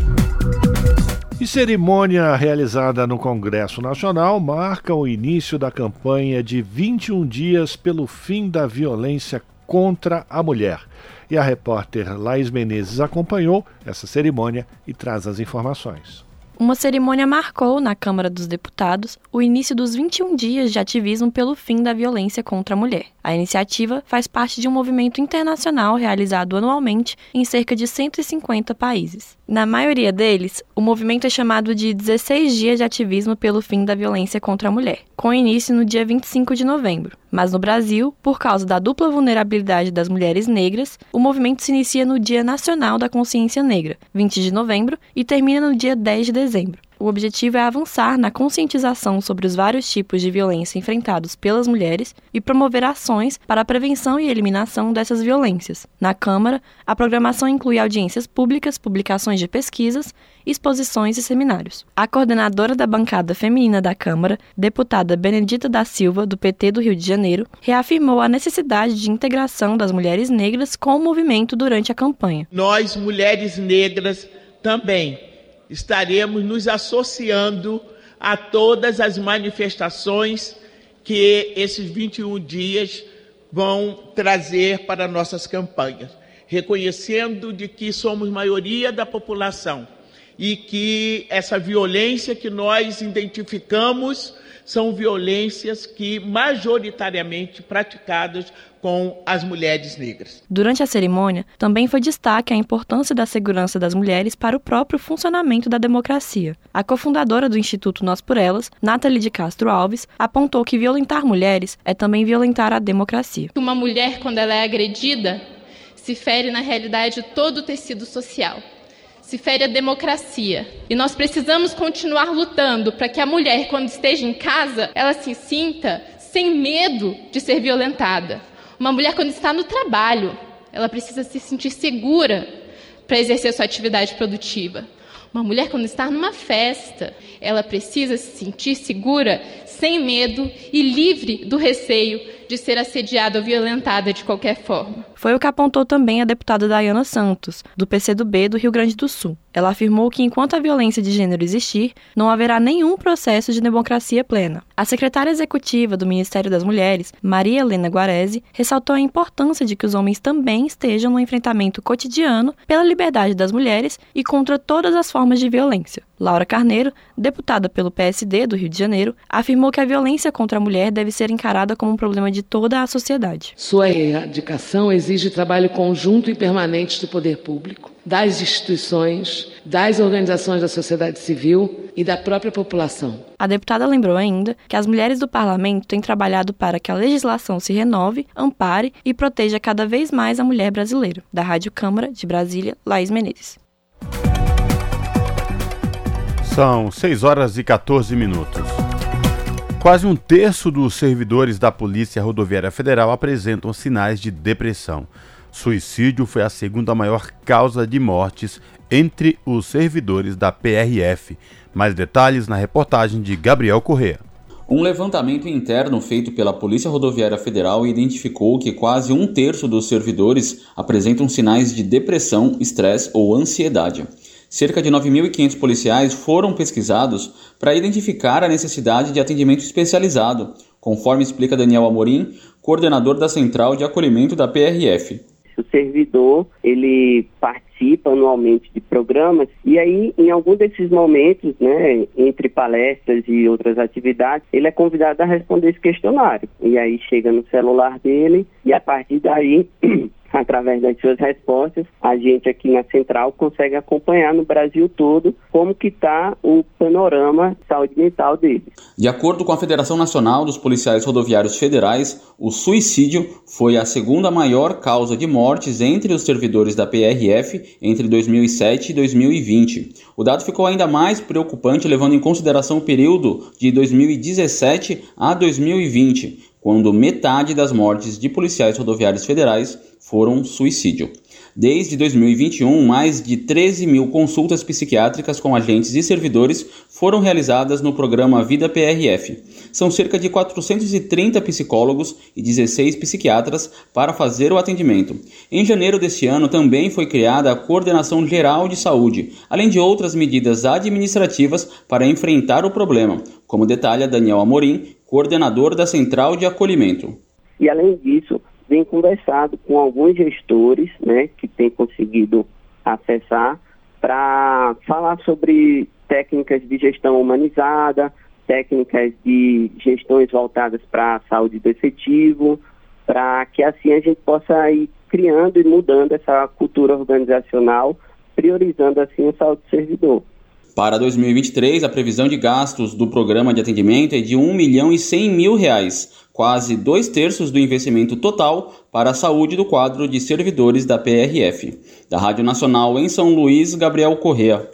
E cerimônia realizada no Congresso Nacional marca o início da campanha de vinte e um dias pelo fim da violência contra a mulher. E a repórter Laís Menezes acompanhou essa cerimônia e traz as informações. Uma cerimônia marcou, na Câmara dos Deputados, o início dos vinte e um dias de ativismo pelo fim da violência contra a mulher. A iniciativa faz parte de um movimento internacional realizado anualmente em cerca de cento e cinquenta países. Na maioria deles, o movimento é chamado de dezesseis dias de ativismo pelo fim da violência contra a mulher, com início no dia vinte e cinco de novembro. Mas no Brasil, por causa da dupla vulnerabilidade das mulheres negras, o movimento se inicia no Dia Nacional da Consciência Negra, vinte de novembro, e termina no dia dez de dezembro. O objetivo é avançar na conscientização sobre os vários tipos de violência enfrentados pelas mulheres e promover ações para a prevenção e eliminação dessas violências. Na Câmara, a programação inclui audiências públicas, publicações de pesquisas, exposições e seminários. A coordenadora da bancada feminina da Câmara, deputada Benedita da Silva, do P T do Rio de Janeiro, reafirmou a necessidade de integração das mulheres negras com o movimento durante a campanha. Nós, mulheres negras, também estaremos nos associando a todas as manifestações que esses vinte e um dias vão trazer para nossas campanhas, reconhecendo de que somos maioria da população e que essa violência que nós identificamos são violências que majoritariamente praticadas com as mulheres negras. Durante a cerimônia, também foi destaque a importância da segurança das mulheres para o próprio funcionamento da democracia. A cofundadora do Instituto Nós por Elas, Nathalie de Castro Alves, apontou que violentar mulheres é também violentar a democracia. Uma mulher, quando ela é agredida, se fere na realidade todo o tecido social. Se fere a democracia. E nós precisamos continuar lutando para que a mulher, quando esteja em casa, ela se sinta sem medo de ser violentada. Uma mulher, quando está no trabalho, ela precisa se sentir segura para exercer sua atividade produtiva. Uma mulher, quando está numa festa, ela precisa se sentir segura, sem medo e livre do receio de ser assediada ou violentada de qualquer forma. Foi o que apontou também a deputada Dayana Santos, do P C do B do Rio Grande do Sul. Ela afirmou que enquanto a violência de gênero existir, não haverá nenhum processo de democracia plena. A secretária executiva do Ministério das Mulheres, Maria Helena Guarese, ressaltou a importância de que os homens também estejam no enfrentamento cotidiano pela liberdade das mulheres e contra todas as formas de violência. Laura Carneiro, deputada pelo P S D do Rio de Janeiro, afirmou que a violência contra a mulher deve ser encarada como um problema de toda a sociedade. Sua erradicação exige trabalho conjunto e permanente do poder público, das instituições, das organizações da sociedade civil e da própria população. A deputada lembrou ainda que as mulheres do parlamento têm trabalhado para que a legislação se renove, ampare e proteja cada vez mais a mulher brasileira. Da Rádio Câmara de Brasília, Laís Menezes. São seis horas e quatorze minutos. Quase um terço dos servidores da Polícia Rodoviária Federal apresentam sinais de depressão. Suicídio foi a segunda maior causa de mortes entre os servidores da P R F. Mais detalhes na reportagem de Gabriel Corrêa. Um levantamento interno feito pela Polícia Rodoviária Federal identificou que quase um terço dos servidores apresentam sinais de depressão, estresse ou ansiedade. Cerca de nove mil e quinhentos policiais foram pesquisados para identificar a necessidade de atendimento especializado, conforme explica Daniel Amorim, coordenador da Central de Acolhimento da P R F. O servidor, ele participa anualmente de programas e aí, em algum desses momentos, né, entre palestras e outras atividades, ele é convidado a responder esse questionário. E aí chega no celular dele e a partir daí, através das suas respostas, a gente aqui na Central consegue acompanhar no Brasil todo como que está o panorama de saúde mental dele. De acordo com a Federação Nacional dos Policiais Rodoviários Federais, o suicídio foi a segunda maior causa de mortes entre os servidores da P R F entre dois mil e sete e dois mil e vinte. O dado ficou ainda mais preocupante levando em consideração o período de dois mil e dezessete a dois mil e vinte, quando metade das mortes de policiais rodoviários federais foram suicídio. Desde dois mil e vinte e um, mais de treze mil consultas psiquiátricas com agentes e servidores foram realizadas no programa Vida P R F. São cerca de quatrocentos e trinta psicólogos e dezesseis psiquiatras para fazer o atendimento. Em janeiro deste ano também foi criada a Coordenação Geral de Saúde, além de outras medidas administrativas para enfrentar o problema, como detalha Daniel Amorim, coordenador da Central de Acolhimento. E além disso, vem conversado com alguns gestores, né, que têm conseguido acessar para falar sobre técnicas de gestão humanizada, técnicas de gestões voltadas para a saúde do efetivo, para que assim a gente possa ir criando e mudando essa cultura organizacional, priorizando assim a saúde do servidor. Para dois mil e vinte e três, a previsão de gastos do programa de atendimento é de um milhão e cem mil reais, quase dois terços do investimento total para a saúde do quadro de servidores da P R F. Da Rádio Nacional em São Luís, Gabriel Corrêa.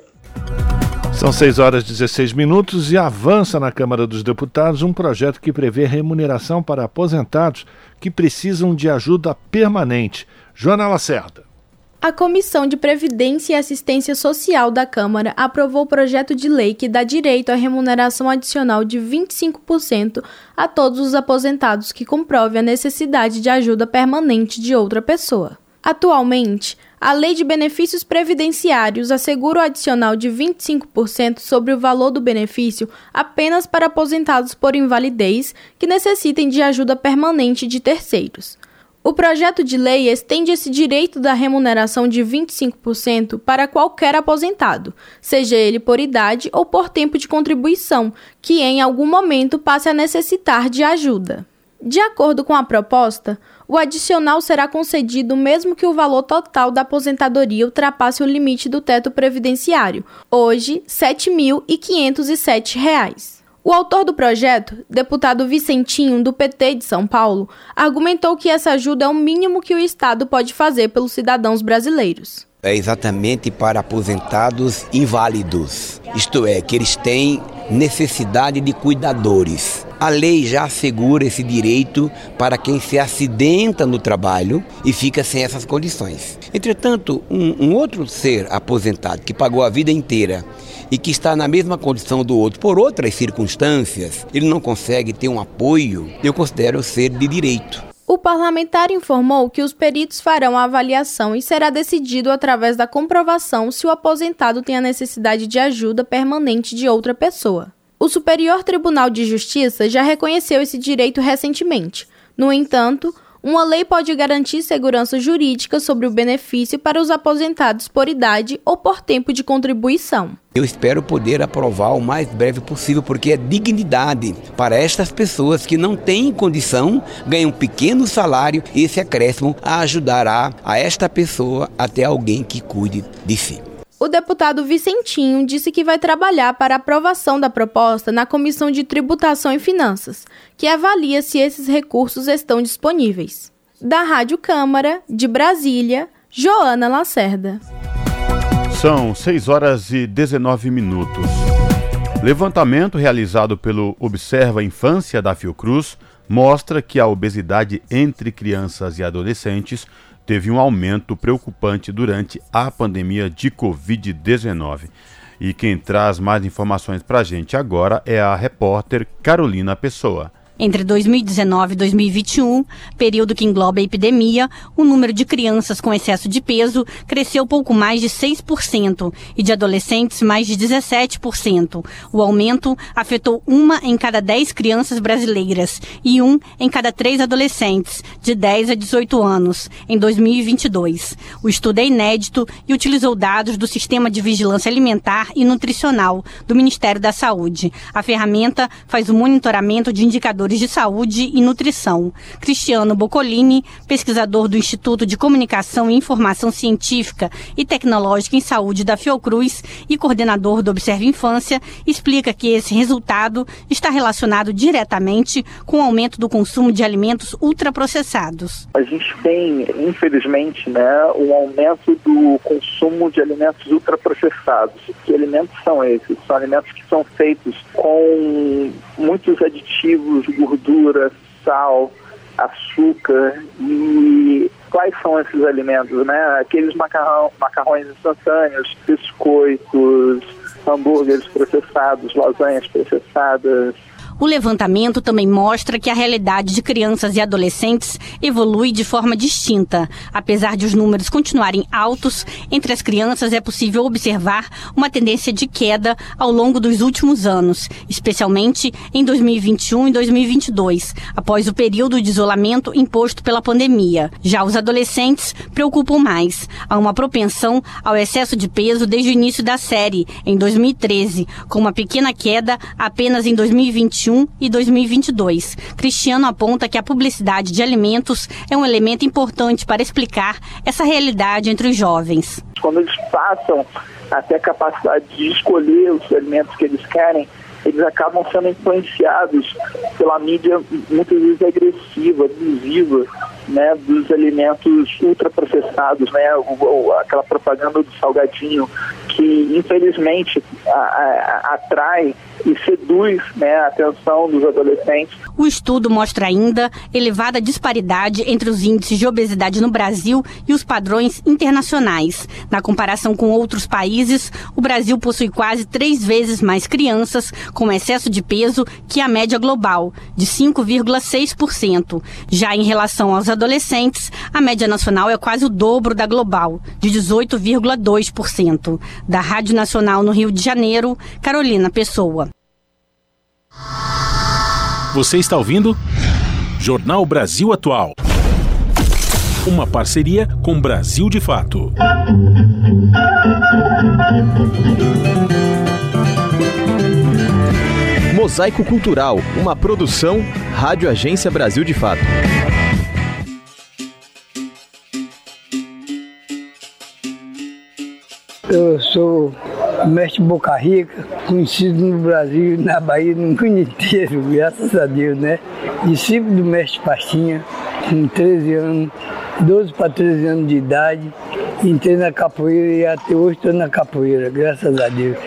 São seis horas e dezesseis minutos e avança na Câmara dos Deputados um projeto que prevê remuneração para aposentados que precisam de ajuda permanente. Joana Lacerda. A Comissão de Previdência e Assistência Social da Câmara aprovou o projeto de lei que dá direito à remuneração adicional de vinte e cinco por cento a todos os aposentados que comprovem a necessidade de ajuda permanente de outra pessoa. Atualmente, a Lei de Benefícios Previdenciários assegura o adicional de vinte e cinco por cento sobre o valor do benefício apenas para aposentados por invalidez que necessitem de ajuda permanente de terceiros. O projeto de lei estende esse direito da remuneração de vinte e cinco por cento para qualquer aposentado, seja ele por idade ou por tempo de contribuição, que em algum momento passe a necessitar de ajuda. De acordo com a proposta, o adicional será concedido mesmo que o valor total da aposentadoria ultrapasse o limite do teto previdenciário, hoje sete mil e quinhentos e sete reais. O autor do projeto, deputado Vicentinho, do P T de São Paulo, argumentou que essa ajuda é o mínimo que o Estado pode fazer pelos cidadãos brasileiros. É exatamente para aposentados inválidos, isto é, que eles têm necessidade de cuidadores. A lei já assegura esse direito para quem se acidenta no trabalho e fica sem essas condições. Entretanto, um, um outro ser aposentado que pagou a vida inteira e que está na mesma condição do outro por outras circunstâncias, ele não consegue ter um apoio, eu considero ser de direito. O parlamentar informou que os peritos farão a avaliação e será decidido através da comprovação se o aposentado tem a necessidade de ajuda permanente de outra pessoa. O Superior Tribunal de Justiça já reconheceu esse direito recentemente. No entanto, uma lei pode garantir segurança jurídica sobre o benefício para os aposentados por idade ou por tempo de contribuição. Eu espero poder aprovar o mais breve possível, porque é dignidade para estas pessoas que não têm condição, ganham um pequeno salário, e esse acréscimo ajudará a esta pessoa a ter alguém que cuide de si. O deputado Vicentinho disse que vai trabalhar para a aprovação da proposta na Comissão de Tributação e Finanças, que avalia se esses recursos estão disponíveis. Da Rádio Câmara, de Brasília, Joana Lacerda. São seis horas e dezenove minutos. Levantamento realizado pelo Observa Infância da Fiocruz mostra que a obesidade entre crianças e adolescentes teve um aumento preocupante durante a pandemia de covid dezenove. E quem traz mais informações para a gente agora é a repórter Carolina Pessoa. Entre dois mil e dezenove e dois mil e vinte e um, período que engloba a epidemia, o número de crianças com excesso de peso cresceu pouco mais de seis por cento e de adolescentes mais de dezessete por cento. O aumento afetou uma em cada dez crianças brasileiras e um em cada três adolescentes, de dez a dezoito anos, em dois mil e vinte e dois. O estudo é inédito e utilizou dados do Sistema de Vigilância Alimentar e Nutricional do Ministério da Saúde. A ferramenta faz o monitoramento de indicadores de saúde e nutrição. Cristiano Boccolini, pesquisador do Instituto de Comunicação e Informação Científica e Tecnológica em Saúde da Fiocruz e coordenador do Observa Infância, explica que esse resultado está relacionado diretamente com o aumento do consumo de alimentos ultraprocessados. A gente tem, infelizmente, né, um aumento do consumo de alimentos ultraprocessados. Que alimentos são esses? São alimentos que são feitos com muitos aditivos, gordura, sal, açúcar. E quais são esses alimentos, né? Aqueles macarrão, macarrões instantâneos, biscoitos, hambúrgueres processados, lasanhas processadas. O levantamento também mostra que a realidade de crianças e adolescentes evolui de forma distinta. Apesar de os números continuarem altos, entre as crianças é possível observar uma tendência de queda ao longo dos últimos anos, especialmente em dois mil e vinte e um e dois mil e vinte e dois, após o período de isolamento imposto pela pandemia. Já os adolescentes preocupam mais. Há uma propensão ao excesso de peso desde o início da série, em dois mil e treze, com uma pequena queda apenas em dois mil e vinte e um e dois mil e vinte e dois. Cristiano aponta que a publicidade de alimentos é um elemento importante para explicar essa realidade entre os jovens. Quando eles passam a ter a capacidade de escolher os alimentos que eles querem, eles acabam sendo influenciados pela mídia muitas vezes agressiva, abusiva, né, dos alimentos ultraprocessados, né, o, o, aquela propaganda do salgadinho que infelizmente a, a, atrai e seduz, né, a atenção dos adolescentes. O estudo mostra ainda elevada disparidade entre os índices de obesidade no Brasil e os padrões internacionais. Na comparação com outros países, o Brasil possui quase três vezes mais crianças com excesso de peso que a média global, de cinco vírgula seis por cento. Já em relação aos adolescentes, a média nacional é quase o dobro da global, de dezoito vírgula dois por cento. Da Rádio Nacional no Rio de Janeiro, Carolina Pessoa. Você está ouvindo Jornal Brasil Atual. Uma parceria com Brasil de Fato. Mosaico Cultural, uma produção Rádio Agência Brasil de Fato. Eu sou mestre Boca Rica, conhecido no Brasil, na Bahia, no mundo inteiro, graças a Deus, né? Discípulo do mestre Pastinha, com treze anos, doze para treze anos de idade, entrei na capoeira e até hoje estou na capoeira, graças a Deus.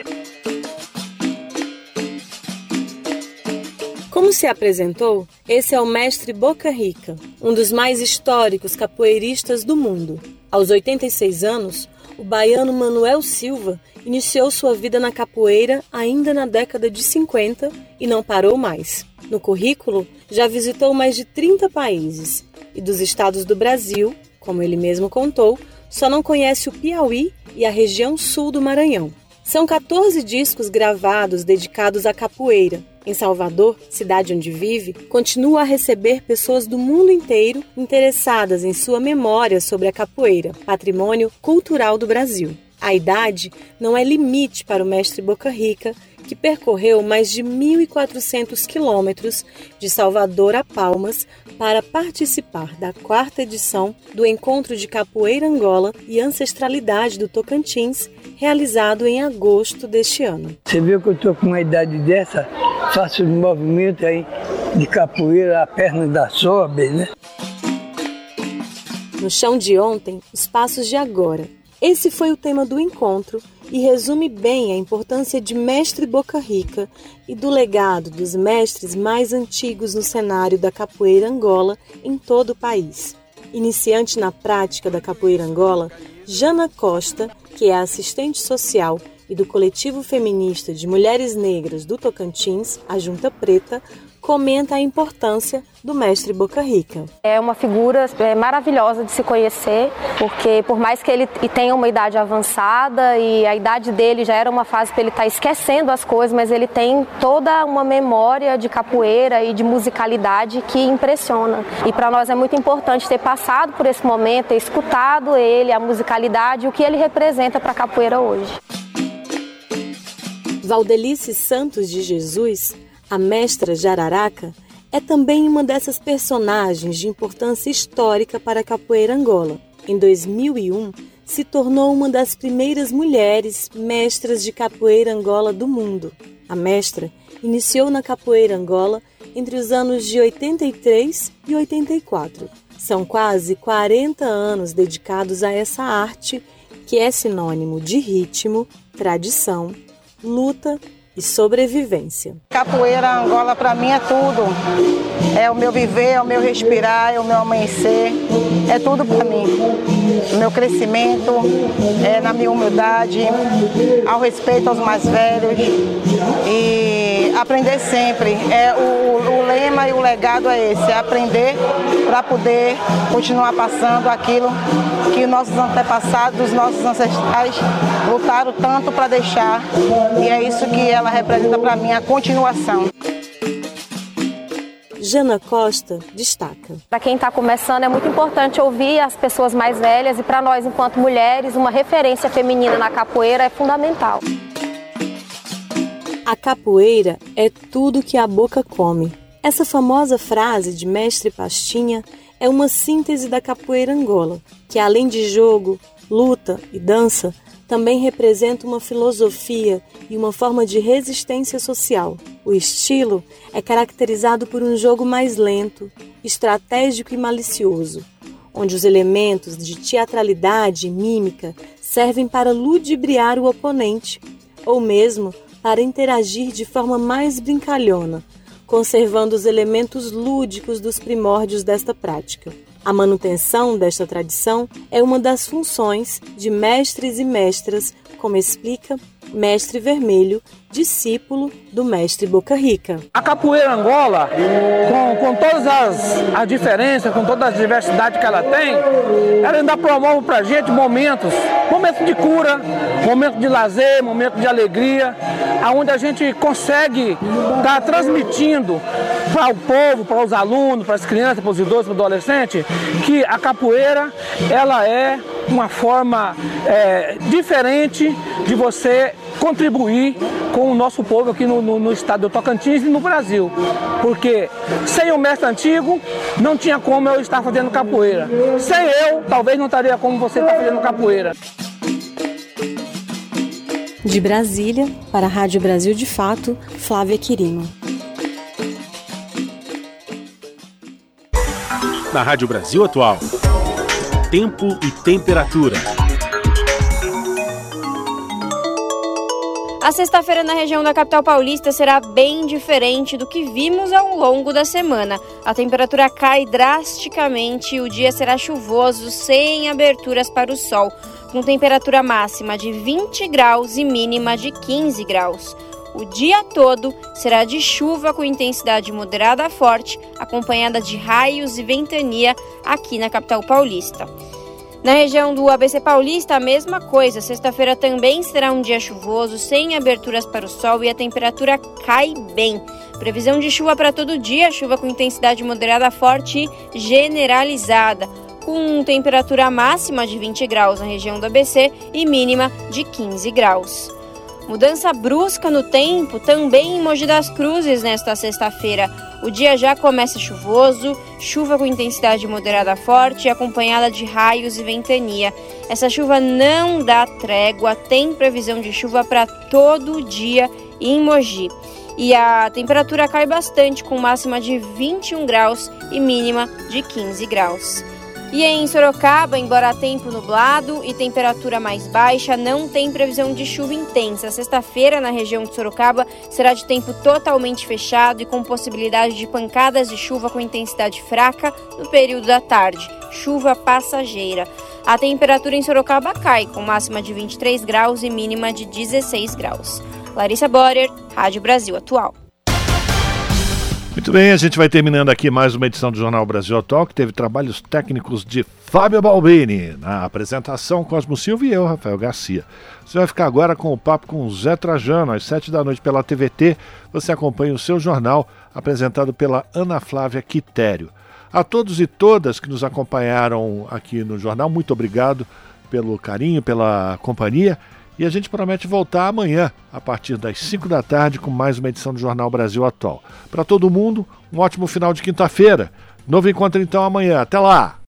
Como se apresentou, esse é o mestre Boca Rica, um dos mais históricos capoeiristas do mundo. Aos oitenta e seis anos, O baiano Manuel Silva iniciou sua vida na capoeira ainda na década de cinquenta e não parou mais. No currículo, já visitou mais de trinta países e dos estados do Brasil, como ele mesmo contou, só não conhece o Piauí e a região sul do Maranhão. São quatorze discos gravados dedicados à capoeira. Em Salvador, cidade onde vive, continua a receber pessoas do mundo inteiro interessadas em sua memória sobre a capoeira, patrimônio cultural do Brasil. A idade não é limite para o mestre Boca Rica, que percorreu mais de mil e quatrocentos quilômetros de Salvador a Palmas para participar da quarta edição do Encontro de Capoeira Angola e Ancestralidade do Tocantins, realizado em agosto deste ano. Você viu que eu estou com uma idade dessa, faço um movimento aí de capoeira, a perna da sobe, né? No chão de ontem, os passos de agora. Esse foi o tema do encontro e resume bem a importância de Mestre Boca Rica e do legado dos mestres mais antigos no cenário da capoeira Angola em todo o país. Iniciante na prática da capoeira Angola, Jana Costa, que é assistente social e do coletivo feminista de mulheres negras do Tocantins, a Junta Preta, comenta a importância do mestre Boca Rica. É uma figura é, maravilhosa de se conhecer, porque por mais que ele tenha uma idade avançada e a idade dele já era uma fase para ele estar esquecendo as coisas, mas ele tem toda uma memória de capoeira e de musicalidade que impressiona. E para nós é muito importante ter passado por esse momento, ter escutado ele, a musicalidade e o que ele representa para a capoeira hoje. Valdelice Santos de Jesus, a mestra Jararaca, é também uma dessas personagens de importância histórica para a capoeira Angola. Em dois mil e um, se tornou uma das primeiras mulheres mestras de capoeira Angola do mundo. A mestra iniciou na capoeira Angola entre os anos de oitenta e três e oitenta e quatro. São quase quarenta anos dedicados a essa arte, que é sinônimo de ritmo, tradição, luta e sobrevivência. Capoeira Angola para mim é tudo. É o meu viver, é o meu respirar, é o meu amanhecer, é tudo para mim. O meu crescimento é na minha humildade, ao respeito aos mais velhos e aprender sempre. É o, o lema e o legado é esse, é aprender para poder continuar passando aquilo que nossos antepassados, nossos ancestrais lutaram tanto para deixar, e é isso que ela representa para mim, a continuação. Jana Costa destaca. Para quem está começando, é muito importante ouvir as pessoas mais velhas e para nós, enquanto mulheres, uma referência feminina na capoeira é fundamental. A capoeira é tudo que a boca come. Essa famosa frase de Mestre Pastinha é uma síntese da capoeira Angola, que além de jogo, luta e dança, também representa uma filosofia e uma forma de resistência social. O estilo é caracterizado por um jogo mais lento, estratégico e malicioso, onde os elementos de teatralidade e mímica servem para ludibriar o oponente, ou mesmo para interagir de forma mais brincalhona, conservando os elementos lúdicos dos primórdios desta prática. A manutenção desta tradição é uma das funções de mestres e mestras, como explica Mestre Vermelho, discípulo do mestre Boca Rica. A capoeira Angola, com, com todas as, as diferenças, com toda a diversidade que ela tem, ela ainda promove pra gente momentos, momentos de cura, momentos de lazer, momentos de alegria, onde a gente consegue estar tá transmitindo para o povo, para os alunos, para as crianças, para os idosos, para os adolescentes, que a capoeira ela é uma forma é, diferente de você contribuir com o nosso povo aqui no, no, no estado do Tocantins e no Brasil. Porque sem o mestre antigo, não tinha como eu estar fazendo capoeira. Sem eu, talvez não estaria como você está fazendo capoeira. De Brasília, para a Rádio Brasil de Fato, Flávia Quirino. Na Rádio Brasil Atual, tempo e temperatura. A sexta-feira na região da capital paulista será bem diferente do que vimos ao longo da semana. A temperatura cai drasticamente e o dia será chuvoso, sem aberturas para o sol. com temperatura máxima de vinte graus e mínima de quinze graus. O dia todo será de chuva com intensidade moderada a forte, acompanhada de raios e ventania aqui na capital paulista. Na região do A B C Paulista, a mesma coisa. Sexta-feira também será um dia chuvoso, sem aberturas para o sol e a temperatura cai bem. Previsão de chuva para todo dia, chuva com intensidade moderada forte e generalizada, com temperatura máxima de vinte graus na região do A B C e mínima de quinze graus. Mudança brusca no tempo também em Mogi das Cruzes nesta sexta-feira. O dia já começa chuvoso, chuva com intensidade moderada forte, acompanhada de raios e ventania. Essa chuva não dá trégua, tem previsão de chuva para todo o dia em Mogi. E a temperatura cai bastante, com máxima de vinte e um graus e mínima de quinze graus. E em Sorocaba, embora tempo nublado e temperatura mais baixa, não tem previsão de chuva intensa. Sexta-feira, na região de Sorocaba, será de tempo totalmente fechado e com possibilidade de pancadas de chuva com intensidade fraca no período da tarde. Chuva passageira. A temperatura em Sorocaba cai, com máxima de vinte e três graus e mínima de dezesseis graus. Larissa Borer, Rádio Brasil Atual. Muito bem, a gente vai terminando aqui mais uma edição do Jornal Brasil Atual, que teve trabalhos técnicos de Fábio Balbini, na apresentação Cosmo Silva e eu, Rafael Garcia. Você vai ficar agora com o papo com o Zé Trajano, às sete da noite pela T V T. Você acompanha o seu jornal, apresentado pela Ana Flávia Quitério. A todos e todas que nos acompanharam aqui no jornal, muito obrigado pelo carinho, pela companhia. E a gente promete voltar amanhã, a partir das cinco da tarde, com mais uma edição do Jornal Brasil Atual. Para todo mundo, um ótimo final de quinta-feira. Novo encontro então amanhã. Até lá!